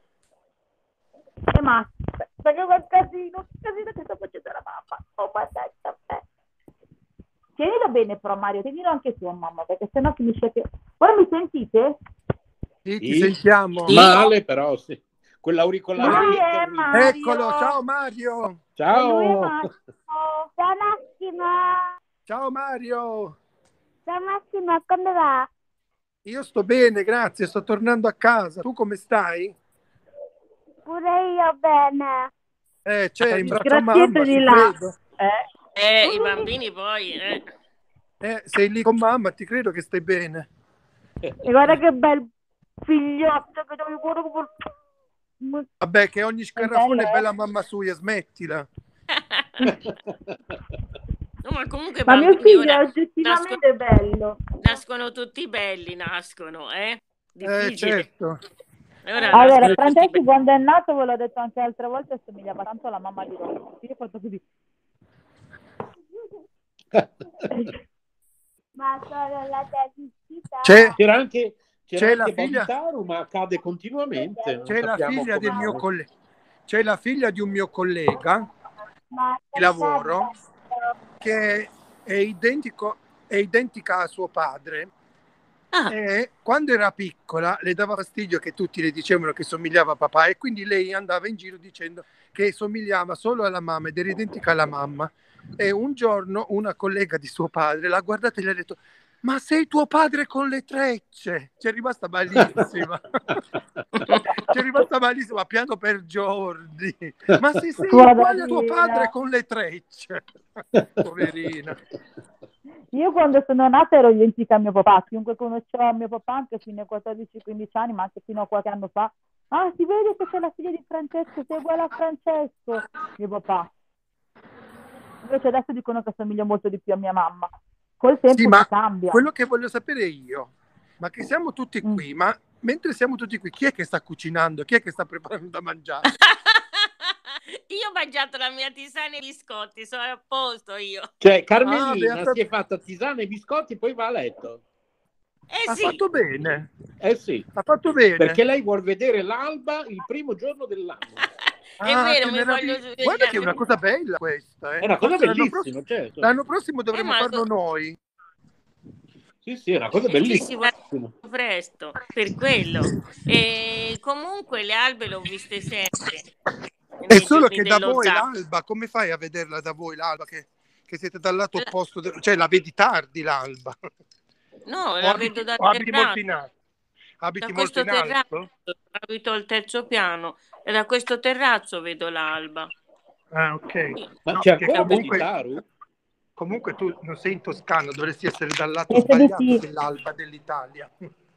Eh, ma aspetta che fa un casino, un casino che sta facendo la mamma. Oh, mannaggia me. Tienilo bene però Mario, tienilo anche tu mamma, perché sennò finisce che... Ora mi sentite? Sì, ti Sì. sentiamo. Male però, sì. Quell'auricolare Lui lì è è terribile. Mario. Eccolo, ciao Mario. E lui è Ciao. Mario. Ciao Massimo. Ciao Mario. Ciao Massimo, come va? Io sto bene, grazie, sto tornando a casa. Tu come stai? Pure io bene. Eh, c'è in braccio a Grazie mamma, di ti là. credo. Eh? Eh, i bambini poi... Eh. Eh, sei lì con mamma, ti credo che stai bene. E guarda che bel figliotto che devo guardare come... Vabbè, che ogni scarafone bello, è eh? bella mamma sua, smettila. No, ma comunque i Ma mio bambini figlio ora è oggettivamente bello. nascono tutti belli, nascono, eh? Eh, Difficile. certo. E ora Allora, nascono tutti Francesco belli. quando è nato, ve l'ho detto anche altre volte, assomigliava tanto alla mamma di Rossi. Io ho fatto così. Ma sono la visita. C'è, C'era anche, c'era C'è anche la figlia- Bobitaru, ma accade continuamente. non c'è la sappiamo figlia del come mio mai. collega. C'è la figlia di un mio collega Ma di lavoro che è identico, è identica a suo padre. Ah, E quando era piccola le dava fastidio che tutti le dicevano che somigliava a papà e quindi lei andava in giro dicendo che somigliava solo alla mamma ed era identica alla mamma. E un giorno una collega di suo padre l'ha guardata e gli ha detto: ma sei tuo padre con le trecce? Ci è rimasta malissima. Ci è rimasta malissima, piano per giorni. Ma se sei uguale a tuo padre con le trecce. Poverina. Io quando sono nata ero identica a mio papà, chiunque conosceva mio papà anche fino ai quattordici quindici anni, ma anche fino a qualche anno fa. Ah, si vede che sei la figlia di Francesco, sei uguale a Francesco, mio papà. Invece adesso dicono che somiglio molto di più a mia mamma. Col tempo Sì, ma si cambia. quello che voglio sapere io, ma che siamo tutti Mm. qui, ma mentre siamo tutti qui, chi è che sta cucinando? Chi è che sta preparando da mangiare? io ho mangiato la mia tisana e i biscotti, sono a posto io. Cioè, Carmelina Ah, beata- si è fatta tisana e biscotti, poi va a letto. Eh Ha sì, fatto bene, Eh sì, ha fatto bene. perché lei vuol vedere l'alba il primo giorno dell'anno. è Ah, vero, che mi meraviglia. voglio svegliare. Guarda che è una cosa bella questa. Eh. È una cosa Forse l'anno bellissima, prossimo, certo. l'anno prossimo dovremmo Eh, ma- farlo noi. Sì, sì, è una cosa Eh, sì, bellissima. si va presto, per quello. E comunque le albe le ho viste sempre. È nei solo giorni che da dello voi Zap. l'alba, come fai a vederla da voi l'alba? Che, che siete dal lato opposto, de- cioè la vedi tardi l'alba. No, O la abiti, vedo dal o abiti molto terrazzo. in alto? Abiti Da molto questo in alto? terrazzo, abito al terzo piano e da questo terrazzo vedo l'alba. Ah, ok. Ma No, c'è che ancora comunque, Bobitaru? comunque tu non sei in Toscana, dovresti essere dal lato Penso di sbagliato sì. dell'alba dell'Italia.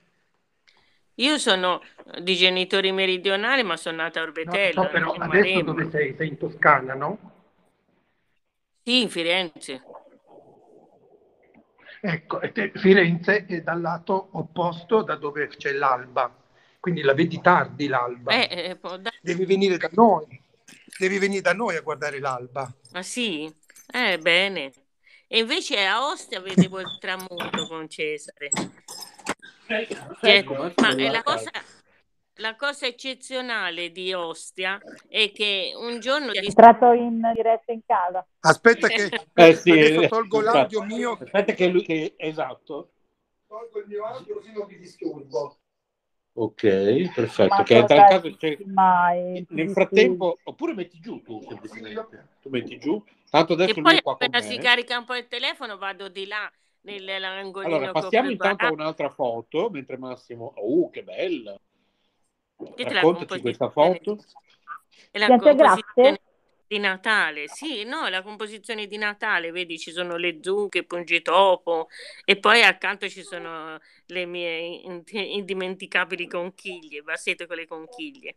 Io sono di genitori meridionali, ma sono nata a No, Orbetello, so, però in adesso Maremma. dove sei? Sei in Toscana, no? Sì, in Firenze. Ecco, e te- Firenze è dal lato opposto da dove c'è l'alba, quindi la vedi tardi l'alba. Eh, eh, può da- Devi venire da noi, devi venire da noi a guardare l'alba. Ma sì? Eh, bene. E invece a Ostia vedevo il tramonto con Cesare. Ecco, adesso Ma devo è andare la a casa. cosa, la cosa eccezionale di Ostia è che un giorno È di... entrato in diretta in casa. Aspetta che Eh sì, adesso eh, tolgo infatti. l'audio mio, Aspetta che lui che esatto. tolgo il mio audio così non mi disturbo. Ok, perfetto. Ma Che in tal caso c'è... mai. Nel frattempo, oppure metti giù tu, semplicemente. Tu metti giù. Tanto E adesso lui poi è qua con appena me. si carica un po' il telefono vado di là nell'angolino Allora, che ho passiamo intanto a preparato. un'altra foto, mentre Massimo... Oh, che bella! Che te la Raccontaci questa composizione foto. e la Piante composizione grasse? di Natale, sì, no, la composizione di Natale, vedi, ci sono le zucche, pungitopo e poi accanto ci sono le mie in- indimenticabili conchiglie, bassette con le conchiglie.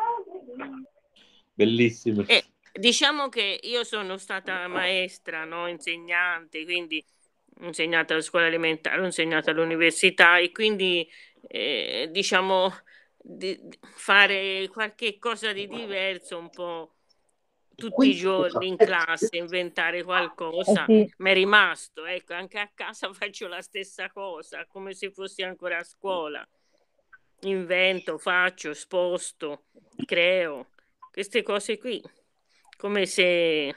Bellissime. E diciamo che io sono stata maestra, no, insegnante, quindi ho insegnato alla scuola elementare, ho insegnato all'università e quindi eh, diciamo di- di fare qualche cosa di diverso un po' tutti i giorni in classe, inventare Eh qualcosa, sì, mi è rimasto, ecco, anche a casa faccio la stessa cosa, come se fossi ancora a scuola. Invento, faccio, sposto, creo, queste cose qui, come se,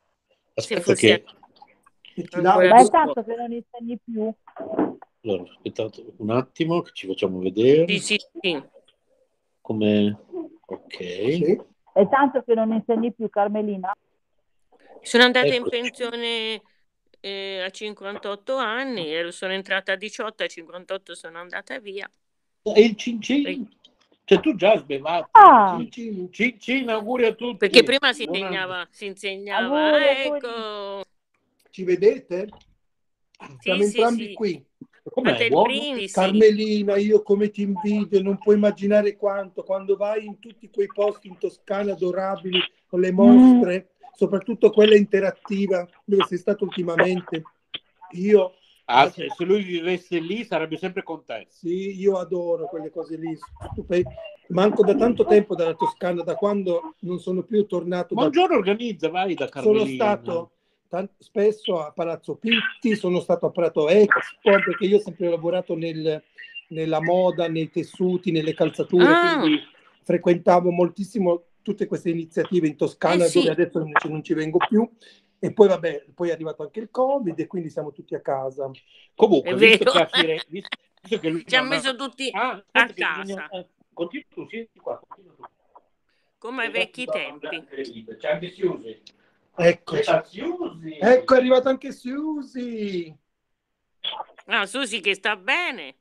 se Aspetta fossi che... E ti ancora lavo. ma a è scuola. tanto che non insegni più. Allora, aspettate un attimo che ci facciamo Sì, vedere sì, sì. come... Ok. Sì. È tanto che non insegni più, Carmelina. Sono andata in Eccoci. pensione eh, a cinquantotto anni, ero- sono entrata a diciotto, a cinquantotto sono andata via. E il cin E- cin? Cioè tu già hai sbevato. Ah, Cin cin. Cin cin, auguri a tutti. perché prima si Buon anno. insegnava, si insegnava, auguri, ah, auguri. ecco, Ci vedete? Siamo sì, sì, entrambi sì, qui. fate Com'è? il Buono? brindisi. Carmelina, io come ti invidio, non puoi immaginare quanto, quando vai in tutti quei posti in Toscana adorabili, con le Mm, mostre, soprattutto quella interattiva, dove sei stato ultimamente. Io, Ah, se, se lui vivesse lì sarebbe sempre con te. sì, io adoro quelle cose lì, stupende. Manco da tanto tempo dalla Toscana, da quando non sono più tornato Ma da... un giorno organizza, vai da Sono Carmelina. stato tan- spesso a Palazzo Pitti, sono stato a Prato Expo, perché io ho sempre lavorato nel- nella moda, nei tessuti, nelle calzature, Ah, quindi frequentavo moltissimo tutte queste iniziative in eh Toscana, dove sì, adesso non ci, non ci vengo più. E poi vabbè, poi è arrivato anche il Covid e quindi siamo tutti a casa. è Comunque, visto vero, che a Firenze, visto, visto che lui ci ha non ha... messo tutti Ah, a aspetta che bisogna... casa, eh, continua tu, siedi qua, continua tu. come ai vecchi tempi. C'è anche Siusi. Eccoci. C'è Siusi. Ecco, è arrivato anche Susi. Ah, Susi che sta bene.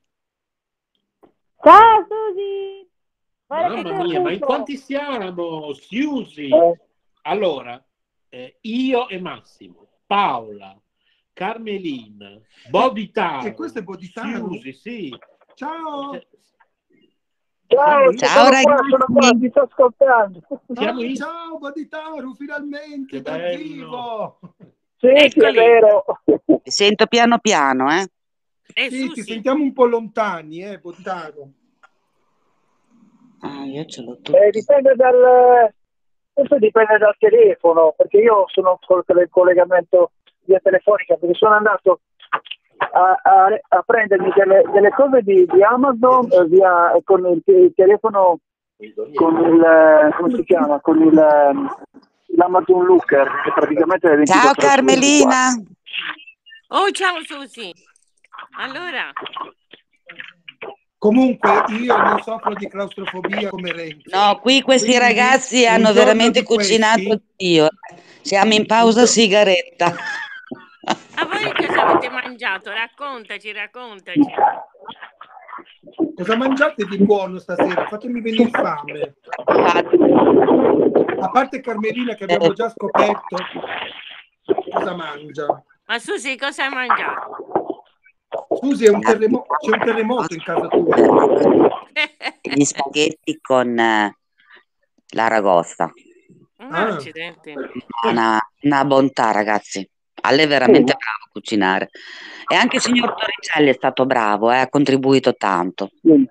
ciao Susi, guarda che Mamma ti mia, ma in saluto. quanti siamo? Siusi. Eh, Allora, eh, io e Massimo, Paola, Carmelina, E Boditaro, questo è Boditaro? Siusi, sì. Ciao. Se- Ciao, Siamo in, Ciao sono qua, sono qua, ragazzi. ti sto ascoltando. siamo Ah, in... ciao Boditaru, finalmente Che dal bello. vivo. Sì, sì, è Eccoli, vero. Mi sento piano piano, eh. è Sì, ti Susi. sentiamo un po' lontani, eh, Boditaru. Ah, io ce l'ho Eh, tutto. dipende dal, questo dipende dal telefono, perché io sono col tele- collegamento via telefonica, perché sono andato a, a- a prendermi delle, delle cose di, di Amazon eh, via, con il, il telefono, con il, eh, come si chiama, con il, ehm, l'Amazon Looker, che praticamente è Ciao ventiquattro ore su ventiquattro. Carmelina. Oh, ciao Susi. Allora, Comunque io non soffro di claustrofobia come Renzo. No, qui questi Quindi ragazzi un hanno giorno veramente di cucinato questi, Dio. Siamo in un pausa gio- sigaretta. a voi cosa avete mangiato? Raccontaci, raccontaci. cosa mangiate di buono stasera? Fatemi venire fame. A parte Carmelina che abbiamo già scoperto cosa mangia. Ma Susi, cosa hai mangiato? Susi, è un terremo- c'è un terremoto in casa tua. Gli spaghetti con eh, l'aragosta. Ah, Accidenti. Una, una bontà, ragazzi. Ale è veramente bravo a cucinare. E anche il signor Torricelli è stato bravo, eh, ha contribuito tanto. Sì.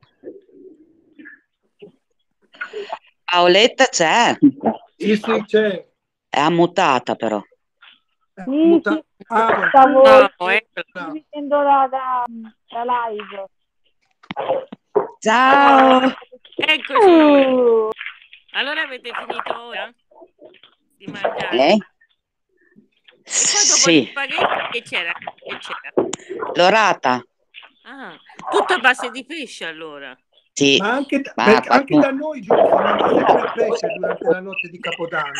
Paoletta c'è, sì, sì, c'è. è ammutata però. È Sì, muta- sì, ah, stavo No, ecco. guarda. vedendo la, da, da live. Ciao. Eccoci. Uh, Allora avete finito ora di mangiare? Eh? E poi dopo gli Sì, spaghetti che c'era? Che c'era? l'orata. Ah, tutto a base di pesce allora. Sì, Ma anche, da- ma perché anche fatto- da noi giù si mangia sempre il pesce durante la notte di Capodanno.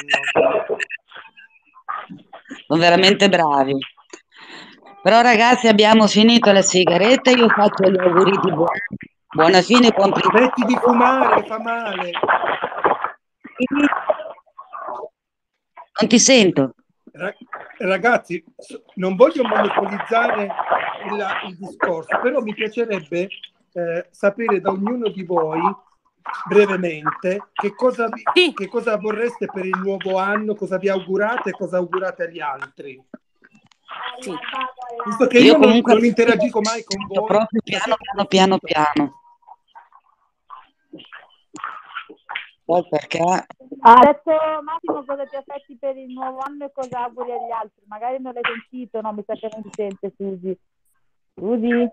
sono veramente bravi. Però ragazzi abbiamo finito le sigarette, io faccio gli auguri di buona, buona fine, buon Smetti di fumare, fa male. Non ti sento. Ra- Ragazzi, s- non voglio monopolizzare il, il discorso, però mi piacerebbe eh, sapere da ognuno di voi brevemente che cosa, vi- Sì. che cosa vorreste per il nuovo anno, cosa vi augurate e cosa augurate agli altri. Sì. Visto che Io io non, comunque non interagisco mai con voi, proprio piano piano piano piano. Poi perché Ha detto Massimo cosa ti aspetti per il nuovo anno e cosa auguri agli altri. Magari non l'hai sentito, no? Mi sa che non ti sente, Susi. Susi?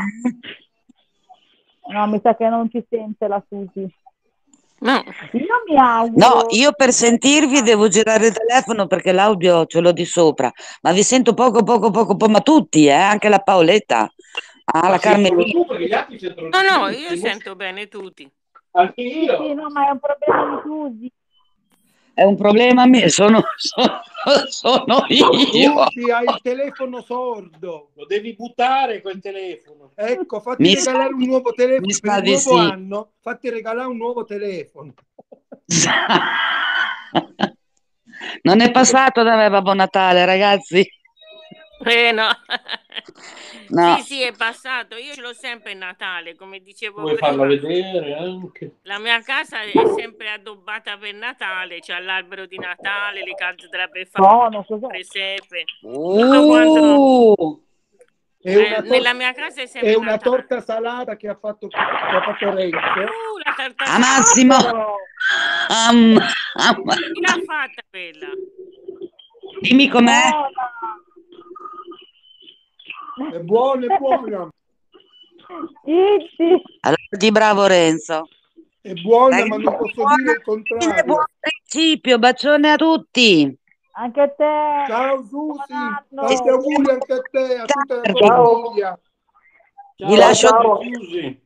No, mi sa che non ci sente la Susi. No. Io mi auguro... No, io per sentirvi devo girare il telefono perché l'audio ce l'ho di sopra, ma vi sento poco poco poco poco, ma tutti, eh, anche la Paoletta, ah, Ma la sei solo Carmelina. tu, perché gli altri sentono No, no, benissimo. io sento bene tutti. Anche Sì, io. sì, no, ma è un problema di Susi. È un problema mio, sono, sono, sono io. Susi, hai il telefono sordo. Lo devi buttare quel telefono. Ecco, fatti Mi regalare sa- un nuovo telefono mi per sa il di nuovo sì. anno. Fatti regalare un nuovo telefono. Non è passato da me Babbo Natale, ragazzi. Eh no. No. Sì, sì, è passato. Io ce l'ho sempre il Natale, come dicevo Vuoi farla prima. vedere anche? La mia casa è sempre addobbata per Natale, c'è l'albero di Natale, le calze della Befana, No, cos'è? presepe, tutto quanto. Uh, È Eh, una, tor- nella mia casa è è sempre una Natale. torta salata che ha fatto, che ha fatto Renzo. Uh, la tarta a salata. Massimo. Am- am- Chi l'ha fatta quella? Dimmi com'è. No, È buona, è buona. Zitti. Allora di bravo Renzo. È buona, Ragazzi, ma non posso buona dire il fine, contrario. buon principio, bacione a tutti. Anche a te. Ciao Susi, Buon anno. tanti auguri anche a te, a tutta la tua Ciao. famiglia. Vi Ciao, lascio ciao. Susi.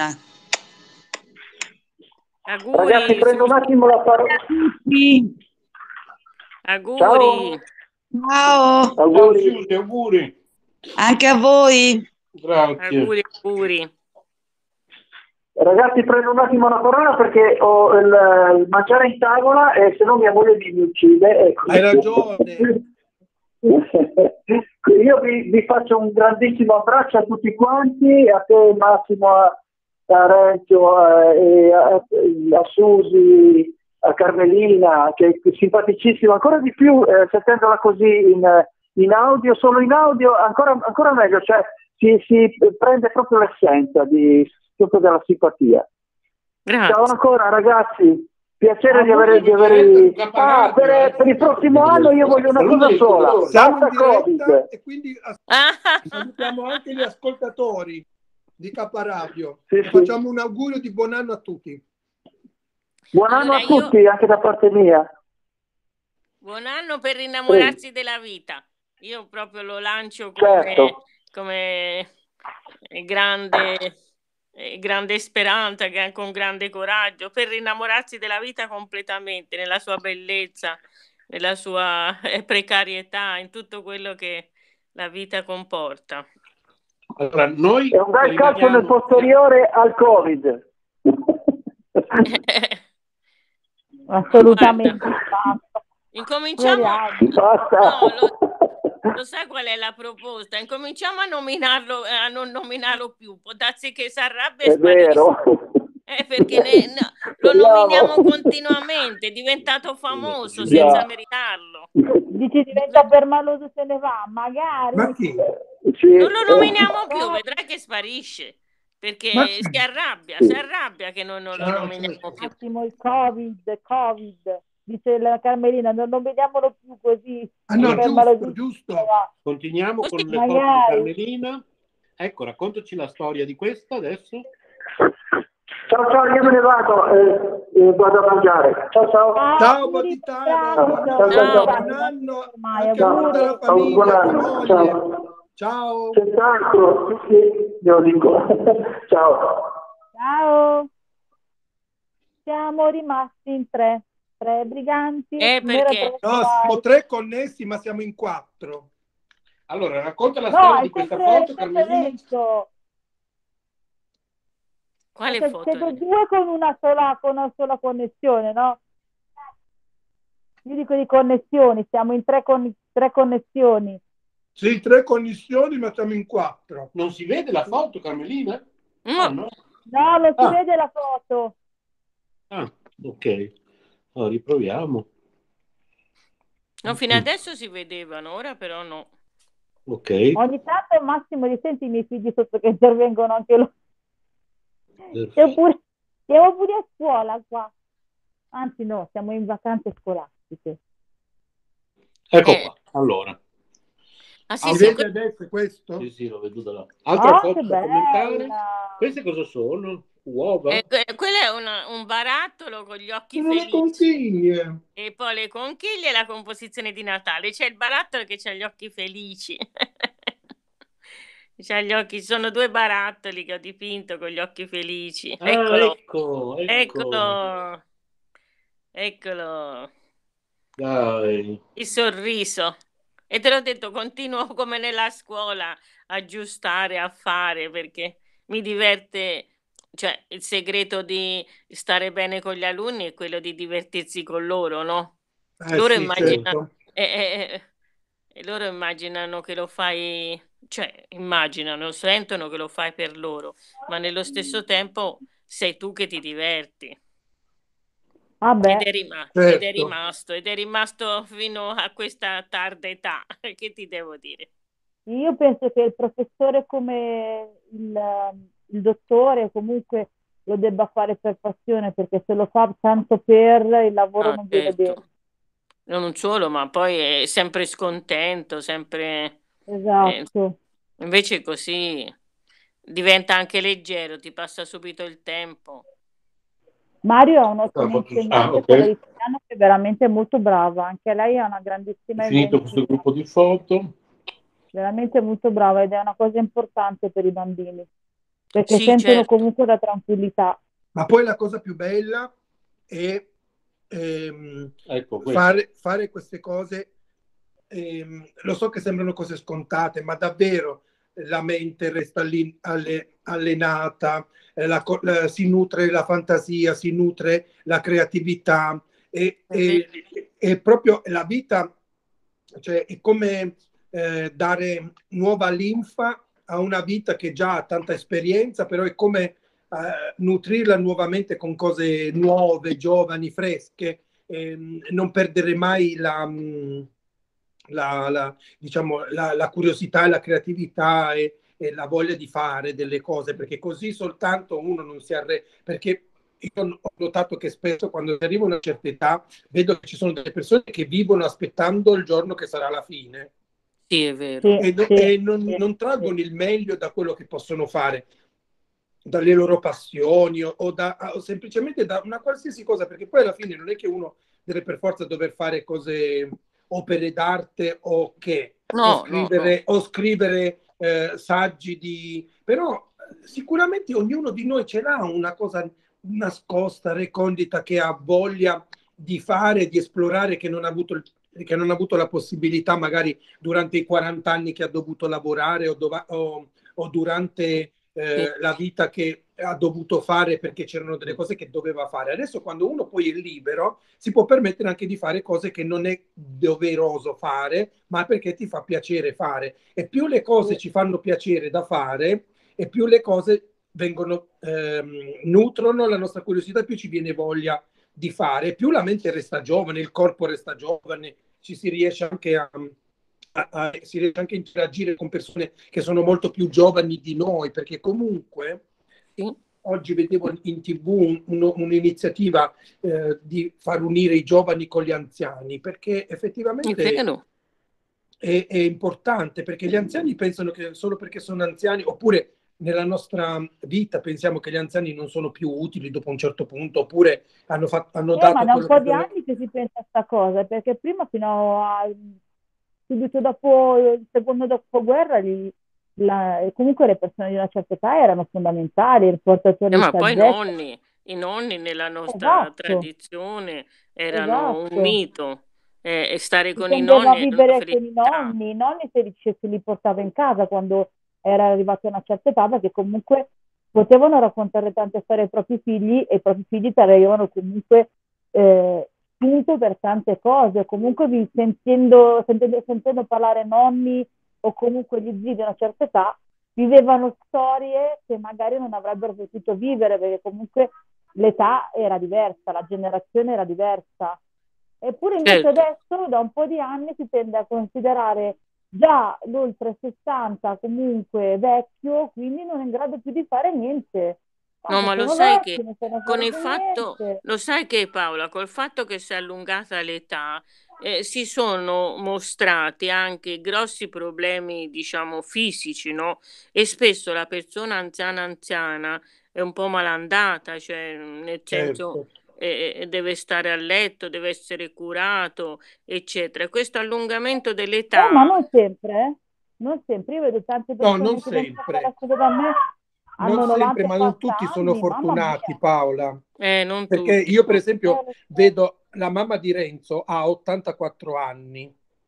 Auguri. Ragazzi, prendo un Susi. attimo la parola. tutti. Auguri. Ciao. Ciao, Ciao Auguri. Susi, auguri. anche a voi. Grazie. Auguri, auguri. Ragazzi, prendo un attimo la parola perché ho il, il mangiare in tavola e se no mia moglie mi uccide. Ecco. Hai ragione. Io vi, vi faccio un grandissimo abbraccio a tutti quanti, a te Massimo, a, a Renzo, eh, e a, a Susi, a Carmelina, che è simpaticissima, ancora di più eh, sentendola così in, in audio, solo in audio, ancora, ancora meglio, cioè si, si prende proprio l'essenza di, proprio della simpatia. Grazie. Ciao ancora ragazzi, piacere di avere... Di Siamo in avere... diretta su Ah, per, Caparadio, per il prossimo anno io voglio una Saluta cosa il sola, contatore. Siamo in basta diretta Covid. e quindi as- Ah, salutiamo anche gli ascoltatori di Caparadio. Sì, E sì. facciamo un augurio di buon anno a tutti. Buon anno allora a io tutti, anche da parte mia. buon anno per innamorarsi della vita. Io proprio lo lancio come, Certo. come eh, grande, eh, grande speranza, gra- con grande coraggio, per innamorarsi della vita completamente, nella sua bellezza, nella sua eh, precarietà, in tutto quello che la vita comporta. Allora, noi È un bel calcio nel rimaniamo... posteriore al Covid. Assolutamente. Guarda, incominciamo. Speriamo. Basta. No, lo, lo sai qual è la proposta? Incominciamo a nominarlo, a non nominarlo più. Può darsi che si arrabbia e È sparisce. vero. Eh, perché ne- no, lo Speriamo. nominiamo continuamente, è diventato famoso Già. senza meritarlo. Dici diventa permaloso se ne va, magari. Ma chi? Sì. Non lo nominiamo più, vedrai che sparisce. Perché Ma- si arrabbia, si arrabbia che noi non lo Ah, nominiamo certo. più. Attimo il Covid, Covid. Dice la Carmelina, non, non vediamolo più così. Ah, no, È permaloso giusto, se ne giusto. va. Continuiamo con le Magari. foto di Carmelina. Ecco, raccontaci la storia di questa adesso. Ciao ciao, io me ne vado, eh, eh, vado a mangiare. Ciao ciao. Ciao Auguri, Baditano, buon bravo. Ciao, anno, ciao. buon anno Ormai, anche a auguri. tutta la Ciao, buon famiglia, tua anno. moglie. Ciao. Ciao. Senz'altro, sì, sì, glielo dico. Ciao. Ciao. Siamo rimasti in tre. Tre briganti. Eh, ne era perché? tre No, uguali. siamo tre connessi, ma siamo in quattro. Allora, racconta la No, storia è di questa sempre, foto, sempre Carmelina. Renzo. Quale Siete- foto? siete due con una sola, con una sola connessione, no? Io dico di connessioni, siamo in tre, con- tre connessioni. Sì, tre connessioni, ma siamo in quattro. Non si vede la foto, Carmelina? Ah, No, no. No, non si Ah. vede la foto. Ah, ok. Allora, riproviamo. no, fino adesso si vedevano, ora però no. Ok. Ogni tanto Massimo li senti i miei figli sotto che intervengono anche loro. Siamo pure, siamo pure a scuola qua. Anzi no, siamo in vacanze scolastiche. Ecco Eh. qua. Allora. Ah sì, Si sì, vede que- adesso questo? Sì, sì, lo vedo da là. Altra Oh, foto che da commentare? bella! Queste cosa sono? Uova? eh, que- quello è una- un barattolo con gli occhi Sono le felici. conchiglie. E poi le conchiglie e la composizione di Natale. C'è il barattolo che ha gli occhi felici. C'ha gli occhi, sono due barattoli che ho dipinto con gli occhi felici. Ah, Eccolo, ecco, ecco. eccolo, eccolo, Dai. il sorriso. E te l'ho detto, continuo come nella scuola a aggiustare, a fare, perché mi diverte, cioè il segreto di stare bene con gli alunni è quello di divertirsi con loro, no? Eh Loro sì, immaginano, certo. e, e- e loro immaginano che lo fai, cioè immaginano, sentono che lo fai per loro, ma nello stesso tempo sei tu che ti diverti. Vabbè, Ed è, rima- ed è Certo. rimasto, ed è rimasto fino a questa tarda età. Che ti devo dire? io penso che il professore come il, il dottore comunque lo debba fare per passione, perché se lo fa tanto per il lavoro Ah, non viene bene. certo. Non solo, ma poi è sempre scontento, sempre... eh, Esatto. invece così diventa anche leggero, ti passa subito il tempo. Mario è un Ah, ottimo fatto- ah, insegnante ok. quello italiano, che è veramente molto brava. Anche lei ha una grandissima Finito questo inventiva, gruppo di foto. veramente molto brava, ed è una cosa importante per i bambini, perché Sì, sentono certo. comunque la tranquillità. Ma poi la cosa più bella è ehm, Ecco questo. fare, fare queste cose. ehm, lo so che sembrano cose scontate, ma davvero la mente resta lì alle- allenata, eh, la co- la- si nutre la fantasia, si nutre la creatività e, È vero. e- e proprio la vita, cioè, è come eh, dare nuova linfa a una vita che già ha tanta esperienza, però è come eh, nutrirla nuovamente con cose nuove, giovani, fresche, ehm, non perdere mai la, mh, la, la, diciamo, la, la curiosità e la creatività e, e la voglia di fare delle cose, perché così soltanto uno non si arrende, perché io ho notato che spesso quando si arriva a una certa età vedo che ci sono delle persone che vivono aspettando il giorno che sarà la fine. Sì, è vero. Sì, E, no- sì, e non, sì, non traggono sì. il meglio da quello che possono fare, dalle loro passioni o, o da, o semplicemente da una qualsiasi cosa, perché poi alla fine non è che uno deve per forza dover fare cose, opere d'arte o che, o No, no, no. scrivere, o scrivere eh, saggi di... però eh, sicuramente ognuno di noi ce l'ha una cosa nascosta, recondita, che ha voglia di fare, di esplorare, che non ha avuto, il- che non ha avuto la possibilità magari durante i quaranta anni che ha dovuto lavorare o, dova- o, o durante eh, Sì. la vita che ha dovuto fare perché c'erano delle cose che doveva fare. Adesso quando uno poi è libero si può permettere anche di fare cose che non è doveroso fare, ma perché ti fa piacere fare. E più le cose ci fanno piacere da fare e più le cose vengono ehm, nutrono la nostra curiosità, più ci viene voglia di fare, più la mente resta giovane, il corpo resta giovane, ci si riesce anche a, a, a si riesce anche a interagire con persone che sono molto più giovani di noi, perché comunque Sì. oggi vedevo in tv un, un, un'iniziativa eh, di far unire i giovani con gli anziani, perché È effettivamente vero. è, è importante, perché gli anziani pensano che solo perché sono anziani, oppure nella nostra vita pensiamo che gli anziani non sono più utili dopo un certo punto, oppure hanno, fatto, hanno Eh, dato ma da un quello po' che di dovevano. anni che si pensa a sta cosa, perché prima fino a subito dopo il secondo dopoguerra gli- la- comunque le persone di una certa età erano fondamentali, il portatore Eh, di ma poi i saggezza. nonni, i nonni nella nostra Esatto, tradizione erano un esatto. mito. Eh, e stare Si con i tendeva a nonni era una vivere con i felicità. nonni, i nonni se li, se li portava in casa quando era arrivato a una certa età, perché comunque potevano raccontare tante storie ai propri figli e i propri figli ti arrivavano comunque eh, spunto per tante cose. Comunque vi sentendo, sentendo, sentendo parlare nonni o comunque gli zii di una certa età, vivevano storie che magari non avrebbero potuto vivere, perché comunque l'età era diversa, la generazione era diversa. Eppure invece Certo. adesso, da un po' di anni, si tende a considerare già l'oltre sessanta comunque vecchio, quindi non è in grado più di fare niente. No, Tanto ma lo sono sai vecchi, che non sanno con fare il più fatto, niente. lo sai che Paola, col fatto che si è allungata l'età, eh, si sono mostrati anche grossi problemi, diciamo, fisici, no? E spesso la persona anziana anziana è un po' malandata, cioè nel senso Certo. eh, deve stare a letto, deve essere curato, eccetera. Questo allungamento Eh, ma dell'età, non sempre, eh. Non sempre. Io vedo tante No, non persone che vengono alla sempre, sede da me, non hanno sempre, novanta e ma non passa tutti sono anni, mamma mia. fortunati, Paola. eh, non Perché tutti. io, per Eh, esempio, lo so. vedo la mamma di Renzo ha ottantaquattro anni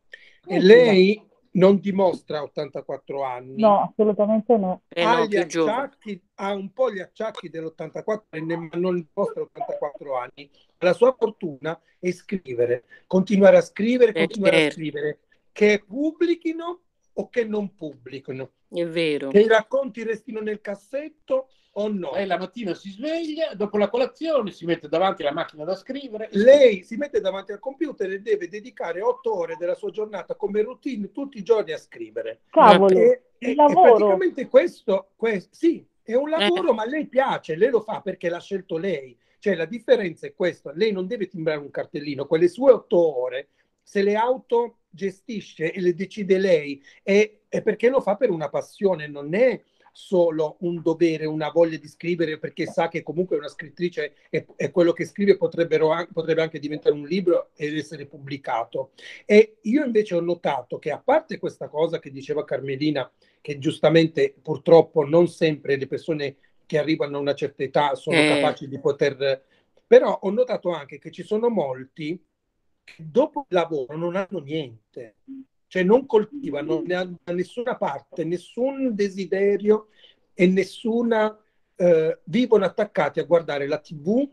e Eh, scusa. lei non dimostra ottantaquattro anni, No, assolutamente no. Eh ha no, gli più giovane. acciacchi, ha un po' gli acciacchi dell'ottantaquattro, ma non dimostra ottantaquattro anni. La sua fortuna è scrivere, continuare a scrivere, Eh, continuare a certo, scrivere, che pubblichino o che non pubblichino, è vero. che i racconti restino nel cassetto o no. Lei la mattina si sveglia, dopo la colazione si mette davanti alla macchina da scrivere. e Lei si mette davanti al computer e deve dedicare otto ore della sua giornata come routine tutti i giorni a scrivere. Cavolo, E, il e- e lavoro. praticamente questo, questo, sì, è un Eh, lavoro, ma a lei piace, lei lo fa perché l'ha scelto lei. Cioè la differenza è questa, lei non deve timbrare un cartellino, quelle sue otto ore, se le autogestisce e le decide lei, è, è perché lo fa per una passione, non è solo un dovere, una voglia di scrivere perché sa che comunque una scrittrice e, e quello che scrive potrebbero, potrebbe anche diventare un libro ed essere pubblicato. E io invece ho notato che, a parte questa cosa che diceva Carmelina, che giustamente purtroppo non sempre le persone che arrivano a una certa età sono eh, capaci di poter... Però ho notato anche che ci sono molti che dopo il lavoro non hanno niente, cioè non coltivano da nessuna parte nessun desiderio e nessuna... Eh, vivono attaccati a guardare la tivù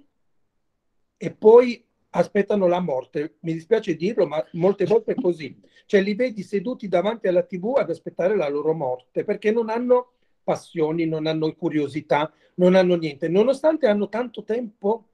e poi aspettano la morte. Mi dispiace dirlo, ma molte volte è così. Cioè li vedi seduti davanti alla tivù ad aspettare la loro morte perché non hanno passioni, non hanno curiosità, non hanno niente, nonostante hanno tanto tempo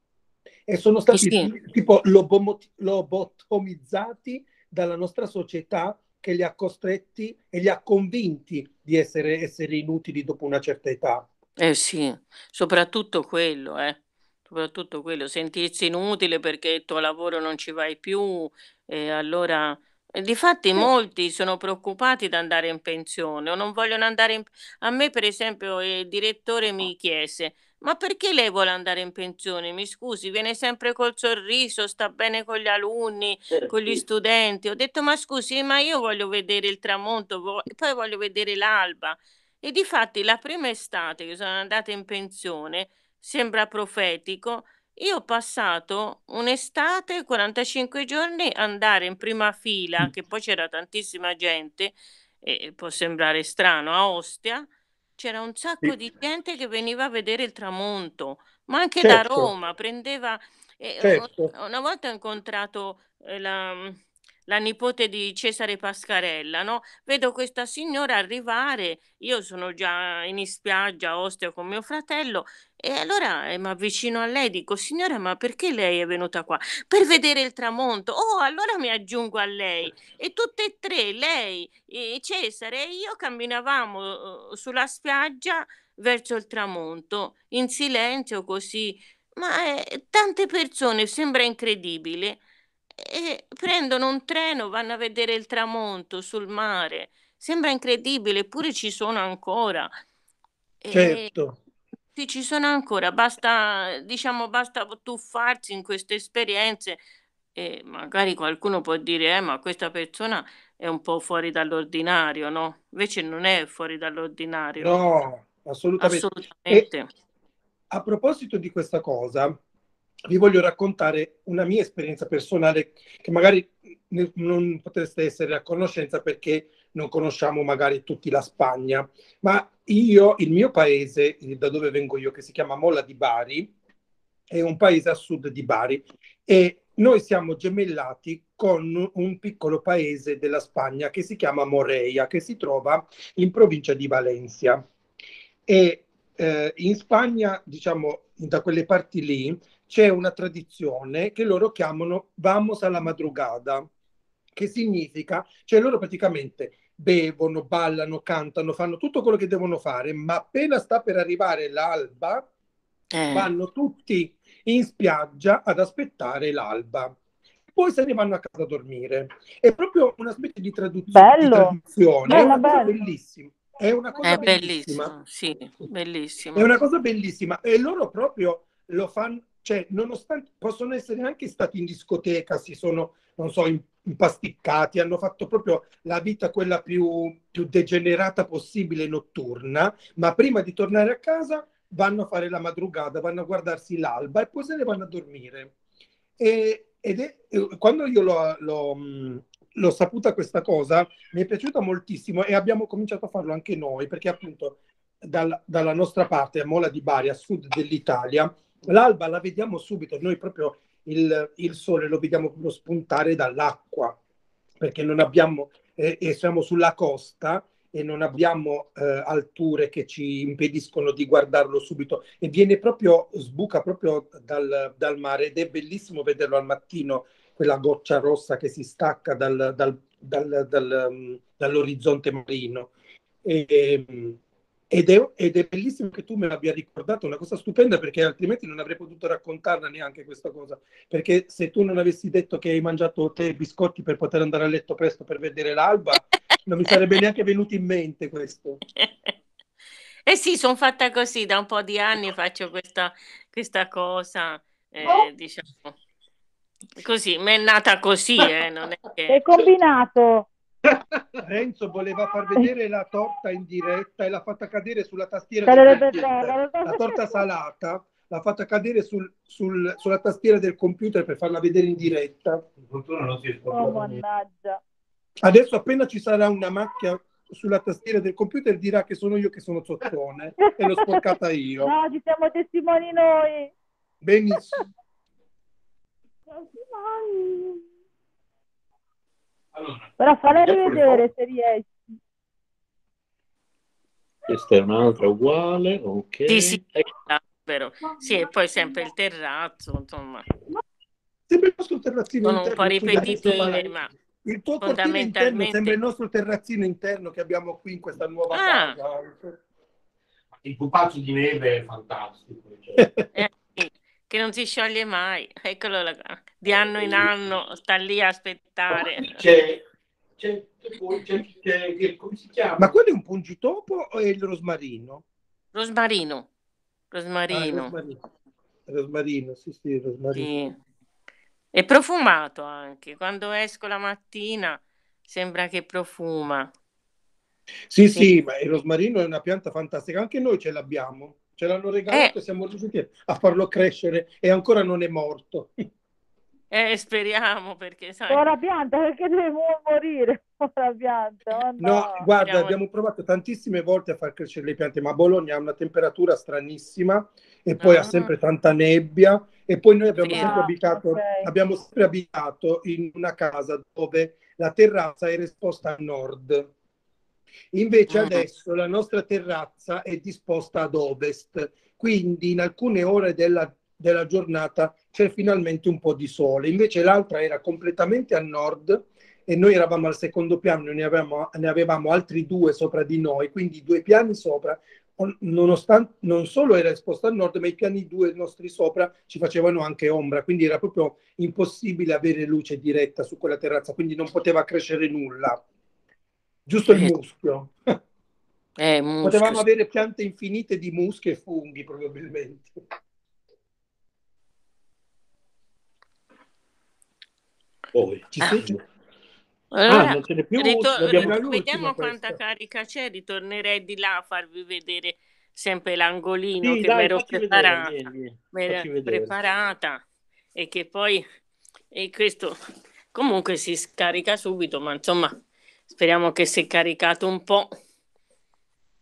e sono stati sì. tipo lobomot- lobotomizzati dalla nostra società che li ha costretti e li ha convinti di essere esseri inutili dopo una certa età. Eh sì, soprattutto quello, eh. Soprattutto quello, sentirsi inutile perché il tuo lavoro non ci vai più, e allora e difatti molti sono preoccupati da andare in pensione o non vogliono andare in... A me, per esempio, il direttore mi chiese, ma perché lei vuole andare in pensione? Mi scusi, viene sempre col sorriso, sta bene con gli alunni, con gli studenti. Ho detto, ma scusi, ma io voglio vedere il tramonto, vo- poi voglio vedere l'alba. E difatti la prima estate che sono andata in pensione, sembra profetico, io ho passato un'estate, quarantacinque giorni, andare in prima fila, che poi c'era tantissima gente, e può sembrare strano, a Ostia c'era un sacco Sì. di gente che veniva a vedere il tramonto, ma anche da Certo, Roma, prendeva... e, certo. uh, una volta ho incontrato eh, la, la nipote di Cesare Pascarella, no? Vedo questa signora arrivare, io sono già in spiaggia a Ostia con mio fratello e allora eh, mi avvicino a lei, dico signora, ma perché lei è venuta qua? Per vedere il tramonto. Oh, allora mi aggiungo a lei. E tutte e tre, lei, eh, Cesare e io camminavamo eh, sulla spiaggia verso il tramonto, in silenzio così. Ma eh, tante persone, sembra incredibile, e prendono un treno, vanno a vedere il tramonto sul mare. Sembra incredibile, eppure ci sono ancora. E Certo. sì, ci sono ancora, basta, diciamo, basta tuffarsi in queste esperienze e magari qualcuno può dire, eh, ma questa persona è un po' fuori dall'ordinario, no? Invece non è fuori dall'ordinario, No, assolutamente. E assolutamente. a proposito di questa cosa, vi voglio raccontare una mia esperienza personale che magari ne- non potreste essere a conoscenza perché non conosciamo magari tutti la Spagna, ma io, il mio paese, eh, da dove vengo io, che si chiama Molla di Bari, è un paese a sud di Bari e noi siamo gemellati con un piccolo paese della Spagna che si chiama Moreia, che si trova in provincia di Valencia. E eh, in Spagna, diciamo, da quelle parti lì, c'è una tradizione che loro chiamano Vamos a la madrugada, che significa, cioè loro praticamente bevono, ballano, cantano, fanno tutto quello che devono fare, ma appena sta per arrivare l'alba, Eh, vanno tutti in spiaggia ad aspettare l'alba. Poi se ne vanno a casa a dormire. È proprio una specie di, tradu- di Bello, tradizione, è bello, una cosa bello. bellissima. È una cosa è bellissima. bellissimo, sì, È bellissimo. una cosa bellissima. E loro proprio lo fanno, cioè, nonostante possono essere anche stati in discoteca, si sono, non so, in- impasticcati, hanno fatto proprio la vita quella più, più degenerata possibile notturna, ma prima di tornare a casa vanno a fare la madrugada, vanno a guardarsi l'alba e poi se ne vanno a dormire. E, ed è, e quando io l'ho, l'ho, mh, l'ho saputa questa cosa, mi è piaciuta moltissimo e abbiamo cominciato a farlo anche noi, perché appunto dal- dalla nostra parte, a Mola di Bari, a sud dell'Italia, l'alba la vediamo subito, noi proprio il, il sole lo vediamo proprio spuntare dall'acqua, perché non abbiamo, eh, e siamo sulla costa e non abbiamo eh, alture che ci impediscono di guardarlo subito e viene proprio, sbuca proprio dal, dal mare ed è bellissimo vederlo al mattino, quella goccia rossa che si stacca dal, dal, dal, dal, um, dall'orizzonte marino. E, ed, è, ed è bellissimo che tu me l'abbia ricordato, una cosa stupenda, perché altrimenti non avrei potuto raccontarla neanche questa cosa, perché se tu non avessi detto che hai mangiato te e biscotti per poter andare a letto presto per vedere l'alba, non mi sarebbe neanche venuto in mente questo. Eh sì, sono fatta così, da un po' di anni faccio questa, questa cosa, eh, diciamo, così, mi è nata così, eh, non è Che hai che... combinato? Renzo voleva far vedere la torta in diretta e l'ha fatta cadere sulla tastiera del Sarebbe computer. bello. La torta salata l'ha fatta cadere sul, sul, sulla tastiera del computer per farla vedere in diretta. Oh, mannaggia. Adesso appena ci sarà una macchia sulla tastiera del computer dirà che sono io che sono zozzone e l'ho sporcata io. No, ci siamo testimoni noi. Benissimo. Allora, Però falla vediamo le rivedere foto. se riesci. Questa è un'altra uguale, ok. Sì, sì, Ecco. però. Sì, e poi sempre il terrazzo, insomma, Sembra il nostro terrazzino sono un po' interno. Scusa, adesso ripetitive, parla- ma il tuo cortile interno sembra fondamentalmente... il nostro terrazzino interno che abbiamo qui in questa nuova Ah, casa. Il pupazzo di neve è fantastico. Cioè. eh, sì, che non si scioglie mai, eccolo là, di anno in anno sta lì a aspettare. C'è, c'è, c'è, c'è, c'è- come si chiama? Ma quello è un pungitopo o è il rosmarino? Rosmarino, Ah, il rosmarino, rosmarino. Il rosmarino, sì, sì, il rosmarino. sì. È profumato anche, quando esco la mattina sembra che profuma. Sì, Sì. sì, ma il rosmarino è una pianta fantastica, anche noi ce l'abbiamo, ce l'hanno regalato Eh. e siamo riusciti a farlo crescere e ancora non è morto. Eh, speriamo, perché sai, Povera pianta, perché deve mo- morire? Povera pianta, oh No, no. guarda, speriamo- abbiamo provato tantissime volte a far crescere le piante, ma Bologna ha una temperatura stranissima e poi ha Ah. sempre tanta nebbia e poi noi abbiamo Vero. sempre Ah, abitato, ok. abbiamo sempre abitato in una casa dove la terrazza era esposta a nord. Invece Mm. adesso la nostra terrazza è disposta ad ovest, quindi in alcune ore della, della giornata c'è finalmente un po' di sole. Invece l'altra era completamente a nord e noi eravamo al secondo piano, ne avevamo, ne avevamo altri due sopra di noi, quindi due piani sopra, nonostante non solo era esposto a nord, ma i piani due nostri sopra ci facevano anche ombra, quindi era proprio impossibile avere luce diretta su quella terrazza, quindi non poteva crescere nulla. Giusto il Eh. muschio. Eh, muschio, Potevamo sì. avere piante infinite di muschi e funghi, probabilmente. Poi, Ci Ah. sei? Allora, Ah, non ce n'è più, rito- l'abbiamo- Era l'ultima vediamo quanta questa. carica c'è, ritornerei di là a farvi vedere sempre l'angolino Sì, che dai, mi ero facci vedere, preparata, vieni, mi ero facci vedere. preparata e che poi e questo comunque si scarica subito, ma insomma speriamo che si è caricato un po'.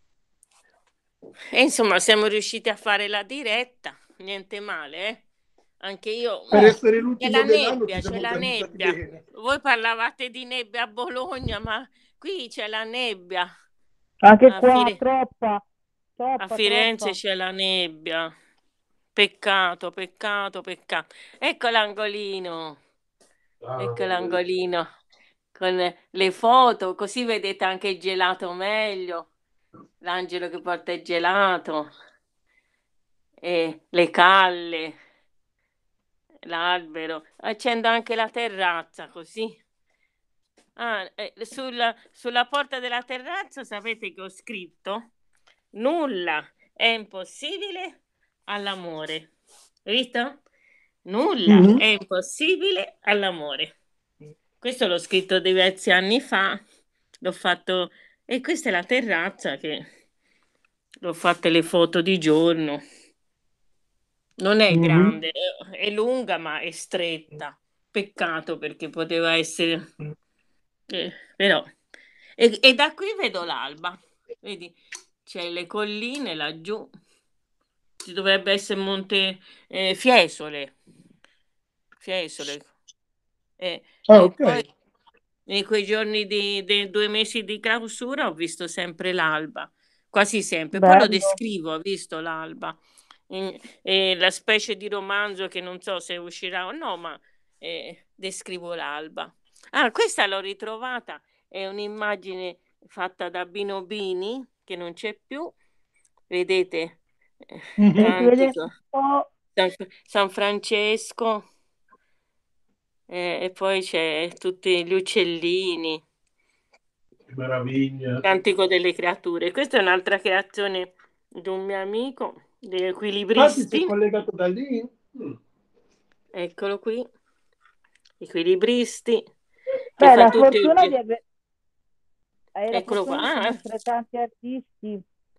E insomma siamo riusciti a fare la diretta, niente male, eh? Anche io. Per Eh, essere C'è l'ultimo la dell'anno nebbia, ci siamo c'è la organizzati nebbia. bene. Voi parlavate di nebbia a Bologna, ma qui c'è la nebbia. anche A, qua Fire- troppa, a troppa, Firenze troppa. c'è la nebbia. Peccato, peccato, peccato. Ecco l'angolino. Ecco l'angolino con le foto, così vedete anche il gelato meglio. L'angelo che porta il gelato e le calle, l'albero. Accendo anche la terrazza così. Ah, eh, sulla, sulla porta della terrazza sapete che ho scritto: nulla è impossibile all'amore. Visto? Nulla Mhm. è impossibile all'amore. Questo l'ho scritto diversi anni fa, l'ho fatto, e questa è la terrazza che l'ho fatte le foto di giorno. Non è Mhm. grande, è è lunga ma è stretta. Peccato perché poteva essere, eh, però. E, e da qui vedo l'alba, vedi, c'è le colline laggiù, ci dovrebbe essere Monte eh, Fiesole, Fiesole. E, Ah, e ok. poi in quei giorni di, dei due mesi di clausura ho visto sempre l'alba, quasi sempre. Poi lo Bello. descrivo, ho visto l'alba. In- e la specie di romanzo che non so se uscirà o no, ma eh, descrivo l'alba. Ah, questa l'ho ritrovata, è un'immagine fatta da Bino Bini, che non c'è più, vedete, eh, Mhm. E si vede Cantico, un po'. San, San Francesco, eh, e poi c'è tutti gli uccellini. Che meraviglia. Cantico delle creature. Questa è un'altra creazione di un mio amico, degli Ah, ti sei equilibristi. collegato da lì? Mm. Eccolo qui, equilibristi, che Beh, fa la tutti i fortuna di ge- avere, hai la Eccolo qua. fortuna di Ah, eh conoscere tanti artisti.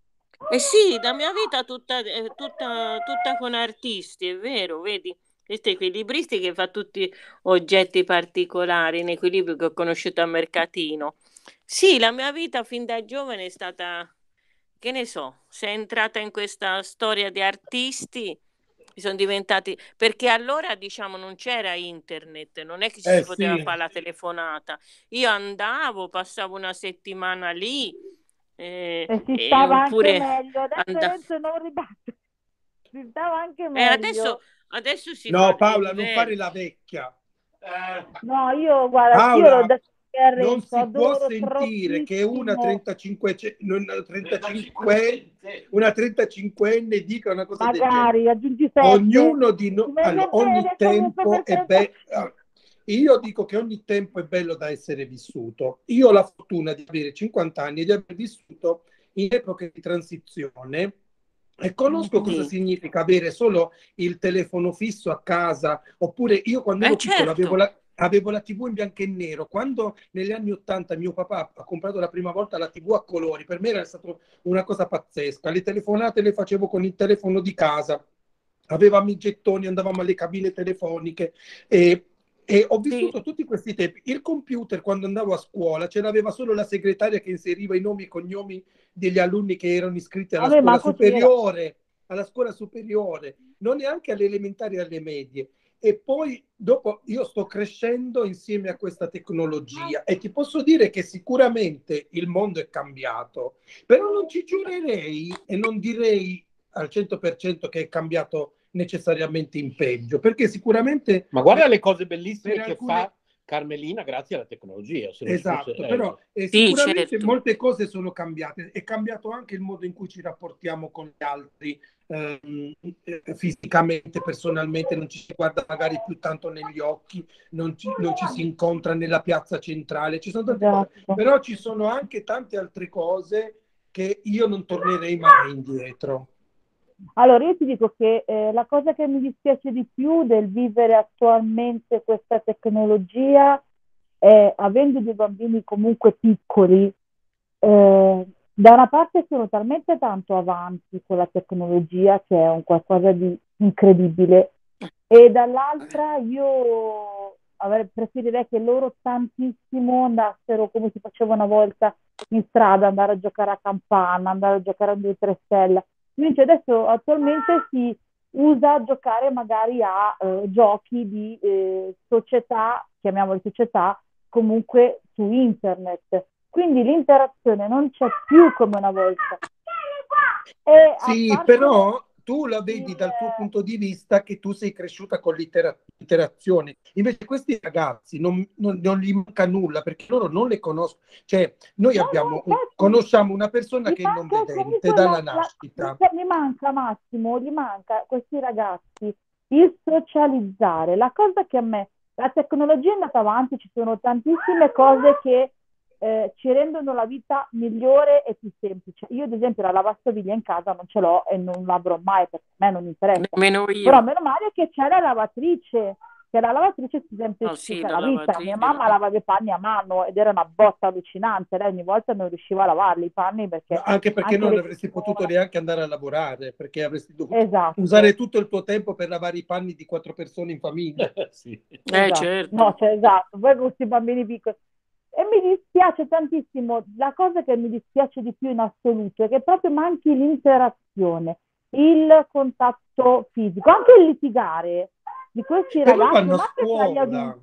Eh sì, la mia vita tutta, è tutta, tutta con artisti, è vero, vedi? Questo equilibristi che fa tutti oggetti particolari in equilibrio che ho conosciuto a Mercatino. Sì, la mia vita fin da giovane è stata, che ne so, se è entrata in questa storia di artisti, mi sono diventati, perché allora diciamo non c'era internet, non è che ci Eh si poteva sì. fare la telefonata. Io andavo, passavo una settimana lì, eh, E si e stava anche oppure meglio. Adesso andavo. Renzo non ribatte. Si stava anche E adesso, meglio. adesso si fa No, è Paola, non fare diverso. la vecchia. Eh, No, io, guarda, io l'ho Paola, detto a non Renzo, si può adoro sentire che una troppissimo. trentacinque, una trentacinque, una trentacinquenne dica una cosa del genere. Magari aggiungi sette. Ognuno di noi, Ti voglio allora, ogni bene comunque per tempo è trenta. bello. Io dico che ogni tempo è bello da essere vissuto. Io ho la fortuna di avere cinquanta anni e di aver vissuto in epoche di transizione e conosco cosa Sì. significa avere solo il telefono fisso a casa, oppure io quando Eh ero piccolo certo. avevo la, avevo la tivù in bianco e nero. Quando negli anni ottanta mio papà ha comprato la prima volta la tivù a colori, per me era stata una cosa pazzesca. Le telefonate le facevo con il telefono di casa, avevamo i gettoni, andavamo alle cabine telefoniche e, e ho Sì. vissuto tutti questi tempi. Il computer, quando andavo a scuola, ce l'aveva solo la segretaria che inseriva i nomi e cognomi degli alunni che erano iscritti alla A me scuola manco c'era. superiore, alla scuola superiore, non neanche alle elementari e alle medie. E poi dopo io sto crescendo insieme a questa tecnologia e ti posso dire che sicuramente il mondo è cambiato, però non ci giurerei e non direi al cento per cento che è cambiato necessariamente in peggio, perché sicuramente Ma guarda le cose bellissime per che alcune- fa Carmelina grazie alla tecnologia. Se non ci Esatto, fosse- eh, però eh, Sì, sicuramente certo. molte cose sono cambiate. È cambiato anche il modo in cui ci rapportiamo con gli altri, ehm, eh, fisicamente, personalmente, non ci si guarda magari più tanto negli occhi, non ci, non ci si incontra nella piazza centrale, ci sono tante cose, Esatto. però ci sono anche tante altre cose che io non tornerei mai indietro. Allora, io ti dico che eh, la cosa che mi dispiace di più del vivere attualmente questa tecnologia è, avendo dei bambini comunque piccoli, eh, da una parte sono talmente tanto avanti con la tecnologia che è un qualcosa di incredibile, e dall'altra io avrei- preferirei che loro tantissimo andassero come si faceva una volta in strada, andare a giocare a campana, andare a giocare a due o tre stelle. Invece adesso attualmente si, usa giocare magari a eh, giochi di eh, società, chiamiamoli società, comunque su internet. Quindi l'interazione non c'è più come una volta. E a Sì, parte però tu la vedi il- dal tuo punto di vista che tu sei cresciuta con l'intera- l'interazione. Invece questi ragazzi non, non- non gli manca nulla perché loro non le conoscono. Cioè, noi No, no, abbiamo, un- infatti, conosciamo una persona gli che è non manca vedente comunque dalla la, la, nascita. gli manca Massimo, gli manca a questi ragazzi il socializzare. La cosa che a me, la tecnologia è andata avanti, ci sono tantissime cose che eh, ci rendono la vita migliore e più semplice. Io ad esempio la lavastoviglie in casa non ce l'ho e non l'avrò mai perché a me non interessa. Nemmeno Però io. meno male che c'è la lavatrice, che la lavatrice si No, sì, semplifica la la vita. lavatrice. Mia mamma lavava i panni a mano ed era una botta allucinante, lei ogni volta non riusciva a lavarli i panni perché Ma anche perché anche non le avresti persone- potuto neanche andare a lavorare, perché avresti dovuto Esatto. usare tutto il tuo tempo per lavare i panni di quattro persone in famiglia. Sì. Eh, Esatto. certo. No, cioè, esatto, voi con questi bambini piccoli. E mi dispiace tantissimo, la cosa che mi dispiace di più in assoluto è che proprio manchi l'interazione, il contatto fisico, anche il litigare di questi Però ragazzi, vanno a ma anche tra gli scuola, adulti.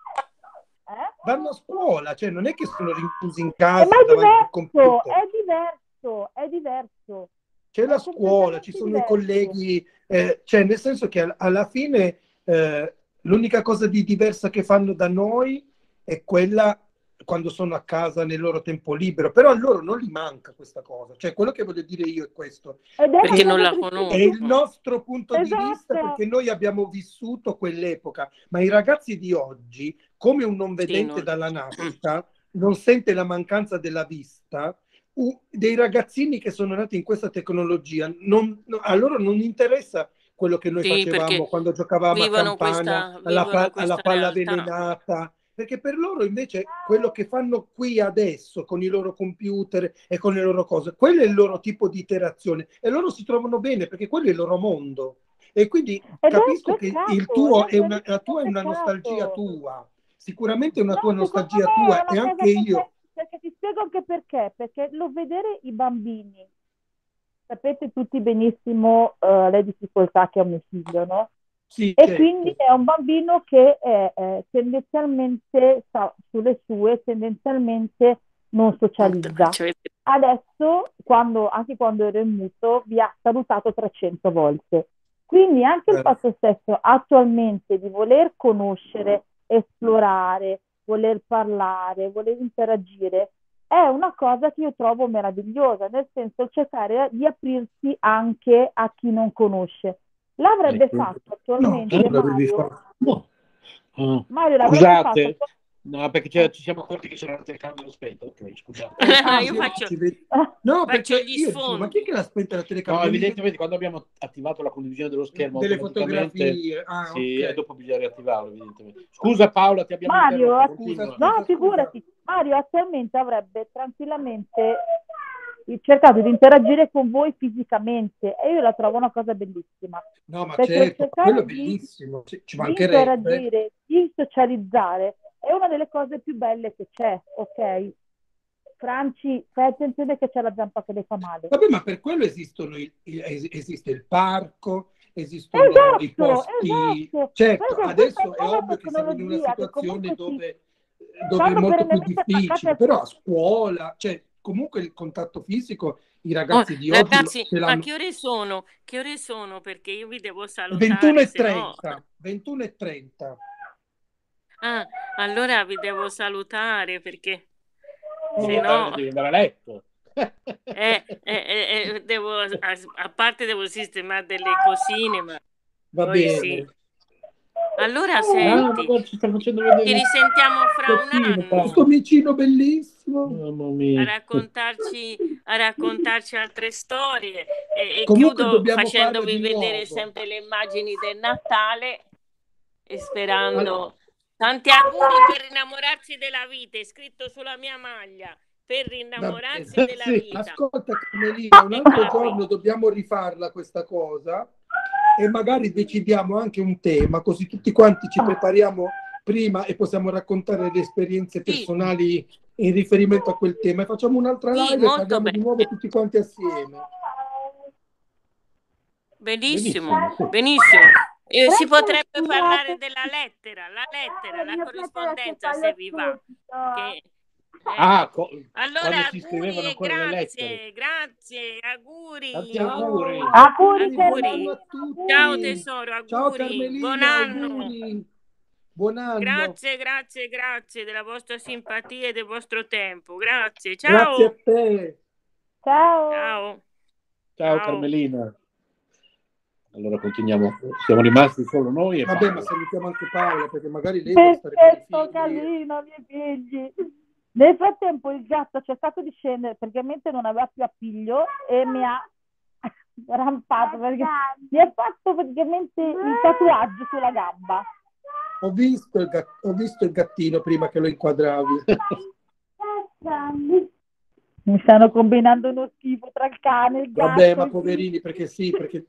Eh? vanno a scuola, cioè non è che sono rinchiusi in Eh, casa ma è davanti al diverso, computer. è diverso, è diverso. C'è È la scuola, ci completamente sono i diverso. colleghi, eh, cioè nel senso che al- alla fine eh, l'unica cosa di diversa che fanno da noi è quella quando sono a casa nel loro tempo libero, però a loro non gli manca questa cosa, cioè quello che voglio dire io è questo, Ed è Perché una non cosa la tristissima. è il conoscono. nostro punto di vista Esatto. perché noi abbiamo vissuto quell'epoca, ma i ragazzi di oggi, come un non Sì, vedente non... dalla nascita, non sente la mancanza della vista, u- dei ragazzini che sono nati in questa tecnologia, non- no- a loro non interessa quello che noi Sì, facevamo perché quando giocavamo a vivono campana, questa, alla, vivono pa- alla questa palla realtà. avvelenata, perché per loro invece quello che fanno qui adesso con i loro computer e con le loro cose, quello è il loro tipo di interazione e loro si trovano bene perché quello è il loro mondo. E quindi Ed è un capisco che il peccato, tuo è è un una, la tua è una peccato. nostalgia tua, sicuramente è una No, tua secondo nostalgia me è tua una e cosa anche io. perché, perché ti spiego anche perché, perché lo vedere i bambini, sapete tutti benissimo eh, le difficoltà che ha mio figlio, no? Sì, E certo. quindi è un bambino che è, eh, tendenzialmente sta sulle sue, tendenzialmente non Non te la socializza. faccio vedere. Adesso, quando, anche quando ero in muto, vi ha salutato trecento volte. Quindi anche il Eh. fatto stesso attualmente di voler conoscere, esplorare, voler parlare, voler interagire, è una cosa che io trovo meravigliosa, nel senso cercare di aprirsi anche a chi non conosce. L'avrebbe Ecco. fatto No, attualmente tu l'avevi Mario. fatto. No. Ah, Mario l'avrebbe scusate, fatto. no, perché c'è- ci siamo accorti che c'era la telecamera spenta. Ok, scusate. Eh, No, sì, io sì, faccio, ci vedi- No, faccio perché gli io dicevo, ma chi è sfondi. che l'ha spenta la No, telecamera? Non mi- evidentemente quando abbiamo attivato la condivisione dello schermo Delle automaticamente, fotografie. Ah, sì, ok. e dopo bisogna riattivarlo, evidentemente. Scusa Paola, ti abbiamo Mario, interrotto, Scusa, continua. scusa. no, figurati, Mario attualmente avrebbe tranquillamente cercato di interagire con voi fisicamente e io la trovo una cosa bellissima. No, ma Perché certo, cercare quello è di- bellissimo, ci, ci Di mancherebbe. interagire, di socializzare è una delle cose più belle che c'è, ok? Franci, fai attenzione che c'è la zampa che le fa male. Vabbè, ma per quello esistono il, il- es- esiste il parco, esistono Esatto, i posti. esatto. Certo, Perché adesso questa è nuova ovvio che siamo in una tecnologia che situazione comunque si- dove, dove è stanno molto più perennemente attaccate difficile, al- però a scuola, cioè comunque il contatto fisico, i Oh, ragazzi di oggi ragazzi, ce ma l'hanno. che ore sono? Che ore sono? Perché io vi devo ventuno salutare, e se no... trenta, ventuno e trenta. Ah, allora vi devo salutare perché Devi se andare, no... devi andare a letto. Eh, eh, eh, eh, devo, a, a parte devo sistemare delle cosine, ma Va poi bene. sì. Allora Ah, senti, ma ci sta facendo vedere ci risentiamo fra un Peppino, anno Questo micino bellissimo. Mamma a mia. raccontarci, a raccontarci altre storie e, e Comunque chiudo dobbiamo farlo facendovi di vedere nuovo. sempre le immagini del Natale e sperando tanti auguri per rinnamorarsi della vita, è scritto sulla mia maglia, per rinnamorarsi Va- della Sì. vita. Ascolta Carmelina, un altro Eccola qui. giorno dobbiamo rifarla questa cosa e magari decidiamo anche un tema, così tutti quanti ci prepariamo prima e possiamo raccontare le esperienze personali in riferimento a quel tema e facciamo un'altra Sì, live e molto parliamo di bene. nuovo tutti quanti assieme. Benissimo, Benissimo, sì. benissimo. Eh, si Però potrebbe sono parlare studiate- della lettera, la lettera, Ah, la mio fratello si corrispondenza, fa se lo vi va. stupido. Che, eh, Ah, co- allora, quando si auguri scrivevano e ancora le lettere. grazie, grazie, auguri. Tanti auguri. Auguri, Auguri. Buon anno Carmelina, a tutti. Ciao tesoro, Ciao auguri, Carmelina, buon anno. auguri. Buon anno. Grazie, grazie, grazie della vostra simpatia e del vostro tempo. Grazie, Grazie a ciao. te. Ciao. Ciao. Ciao Ciao. Carmelina. Allora continuiamo. Siamo rimasti solo noi e Vabbè, ma Paola. salutiamo anche Paola perché magari lei deve stare con Perfetto, i figli. casino, i miei figli. Nel frattempo il gatto ha cercato di scendere perché mentre non aveva più appiglio e mi ha rampato perché mi ha fatto praticamente il tatuaggio sulla gamba. Ho visto, il gat- ho visto il gattino prima che lo inquadravi. Mi stanno combinando uno schifo tra il cane e il gatto. Vabbè, ma il poverini, perché sì, perché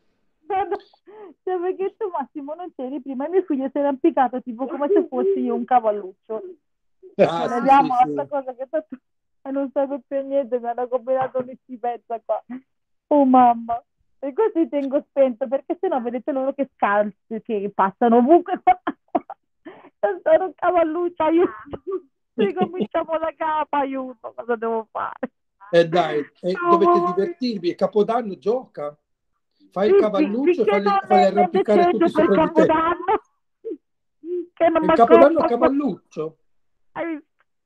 Cioè, perché tu Massimo non c'eri prima e mio figlio si era impiccato tipo come se fossi io un cavalluccio. ah, Ne sì, abbiamo sì, questa sì. cosa che tanto e non serve più a niente, mi hanno combinato una schifezza qua. Oh mamma. E così tengo spento perché sennò vedete loro che scalzi che passano ovunque. Io sono un cavalluccio, aiuto. Ricominciamo da capo, aiuto, cosa devo fare? Eh dai, eh, dovete divertirvi, è Capodanno gioca. Fai il Sì, cavalluccio e finché falli, non falli è arrampicare tutti decennio per sopra di te. Capodanno, che non Il mi Capodanno a accorgo. cavalluccio. Hai visto?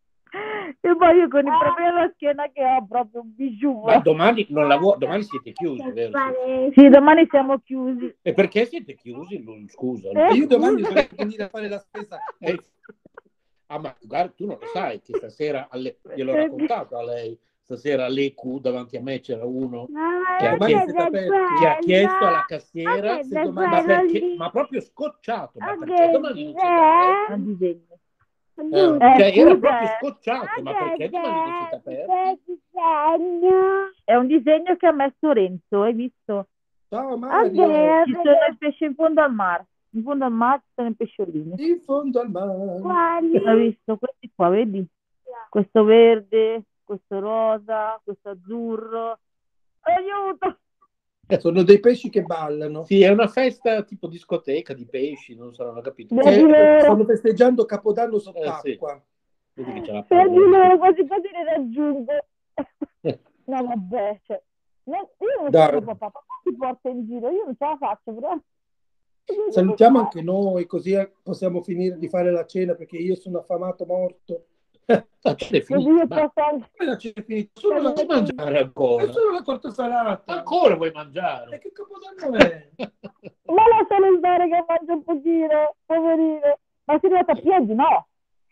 E poi io con i problemi alla schiena che ho proprio un bijou. Ma domani non lavoro, domani siete chiusi, vero? Sì, domani siamo chiusi. E perché siete chiusi? Non- Scusa. Eh, E io domani scusa. devo venire a fare la spesa. Eh, ah, ma guarda, tu non lo sai che stasera alle- gliel'ho raccontato a lei. Stasera all'E Q davanti a me c'era uno che ha, Domani chiesto, siete aperti. che ha chiesto alla cassiera, Ok, Se da domani- ma, quello perché, lì. ma proprio scocciato. Ma Ok, perché domani non siete eh? aperti? Un disegno. Eh, Giusto. cioè, era scusa, proprio eh. scocciato. Ma perché domani non siete aperti? Che disegno? È un disegno che ha messo Renzo, hai visto? Ciao Ok, Mario, Ci sono i pesci in fondo al mare. In fondo al mare ci sono i pesciolini. in fondo al mare. quali? Hai visto? Questi qua, vedi? Questo verde, questo rosa, questo azzurro. Aiuto! Sono dei pesci che ballano. Sì, è una festa tipo discoteca di pesci, non so, non ho capito. Vedi Eh, loro. stanno festeggiando Capodanno Eh, sì. sott'acqua. Vedi che ce l'ha Vedi Paola. loro, quasi quasi li raggiungo. No, vabbè, cioè, no, io non Dai. sono papà, papà ti porta in giro, io non ce la faccio, però. Salutiamo anche noi, così possiamo finire di fare la cena perché io sono affamato morto. Ah, ce l'hai Così finita, io ma posso anche... Quella c'è finita. Solo la, vuoi mangiare è ancora? solo la torta salata. Ancora vuoi E mangiare? che Capodanno è? Ma lascialo stare che mangio un pochino, poverino. Ma si arriva a piedi, no?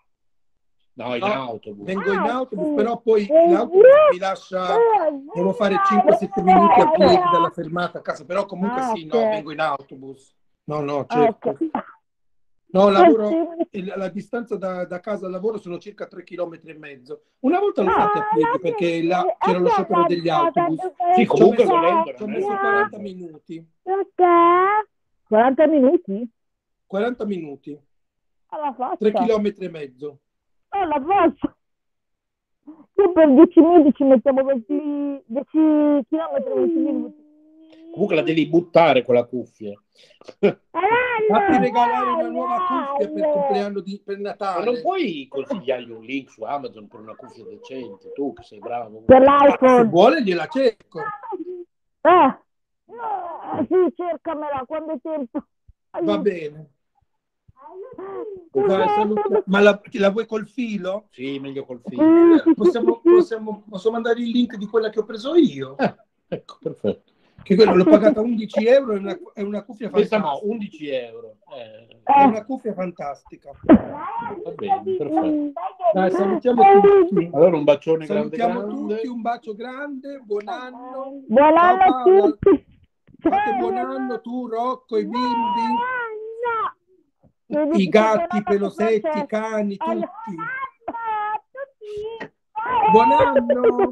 No, in No, autobus. vengo in Ah, autobus, sì. però poi Eh, l'autobus sì. mi lascia, Eh, devo fare sì. cinque sette minuti a piedi dalla fermata a casa, però comunque Ah, sì, no, ok. vengo in autobus. No, no, Ah, certo. ok. No, lavoro, Sì. il- la distanza da, da casa al lavoro sono circa tre chilometri e mezzo. Una volta l'ho Ah, fatta a piedi perché là c'era lo sciopero degli autobus. Sì, comunque Ci ho messo- volendo Ci ho non è messo tanto. quaranta minuti. Perché? quaranta minuti? quaranta minuti, Alla faccia. tre chilometri e mezzo. Alla faccia. Io per dieci minuti ci mettiamo venti, dieci chilometri, venti minuti. Comunque la devi buttare con la cuffia. Fatti regalare una nuova cuffia per il compleanno di, per Ma Natale. non puoi consigliargli un link su Amazon per una cuffia decente, tu che sei bravo. Per Ah, se l'iPhone. vuole gliela cerco. Eh. No, sì, cercamela quando è tempo. Va Aiuto. bene. Dai, saluta. Ma la, la vuoi col filo? Sì, meglio col film. Sì, sì, Possiamo, sì, sì. possiamo, posso mandare il link di quella che ho preso io? Eh, ecco, perfetto. Che quello l'ho pagata undici euro, è una, è una cuffia Questa fantastica. no, undici euro. Eh, È Eh. una cuffia fantastica. va bene, perfetto. Dai, salutiamo tutti. Allora un bacione grande Salutiamo grande. tutti, un bacio grande, buon anno. Buon Ciao anno a Paola. tutti. Fate buon anno tu, Rocco, i bimbi, No. i gatti, pelosetti, i cani, tutti. Buon anno.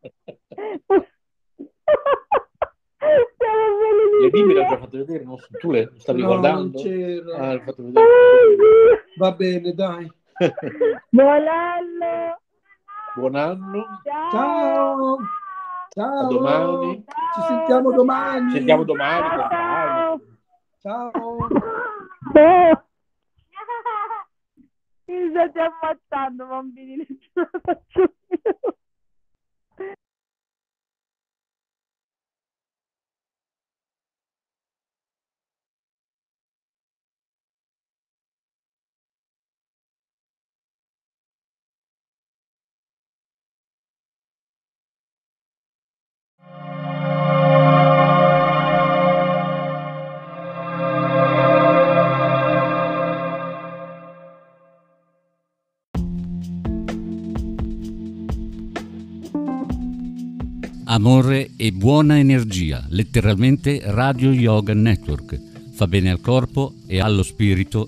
Le bimbe le ho già fatte vedere, non so, tu le stavi No, guardando? non c'era. Ah, le ho fatte vedere. Va bene, dai. Buon anno. Buon anno, Ciao. Ciao. Ciao. a domani. Ciao. Ci sentiamo domani. Ci sentiamo domani. con Ciao. Ciao. Ciao. Mi state ammazzando, bambini, non ce la faccio più. Amore e buona energia, letteralmente Radio Yoga Network. Fa bene al corpo e allo spirito.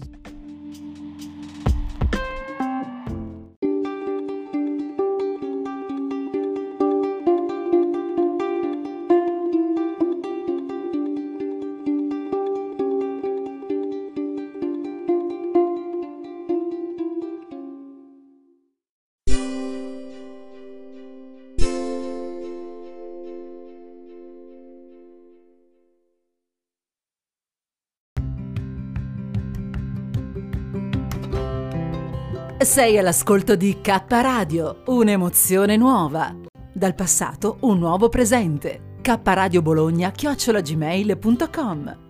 Sei all'ascolto di K Radio, un'emozione nuova. Dal passato un nuovo presente. K Radio Bologna chiocciola gmail punto com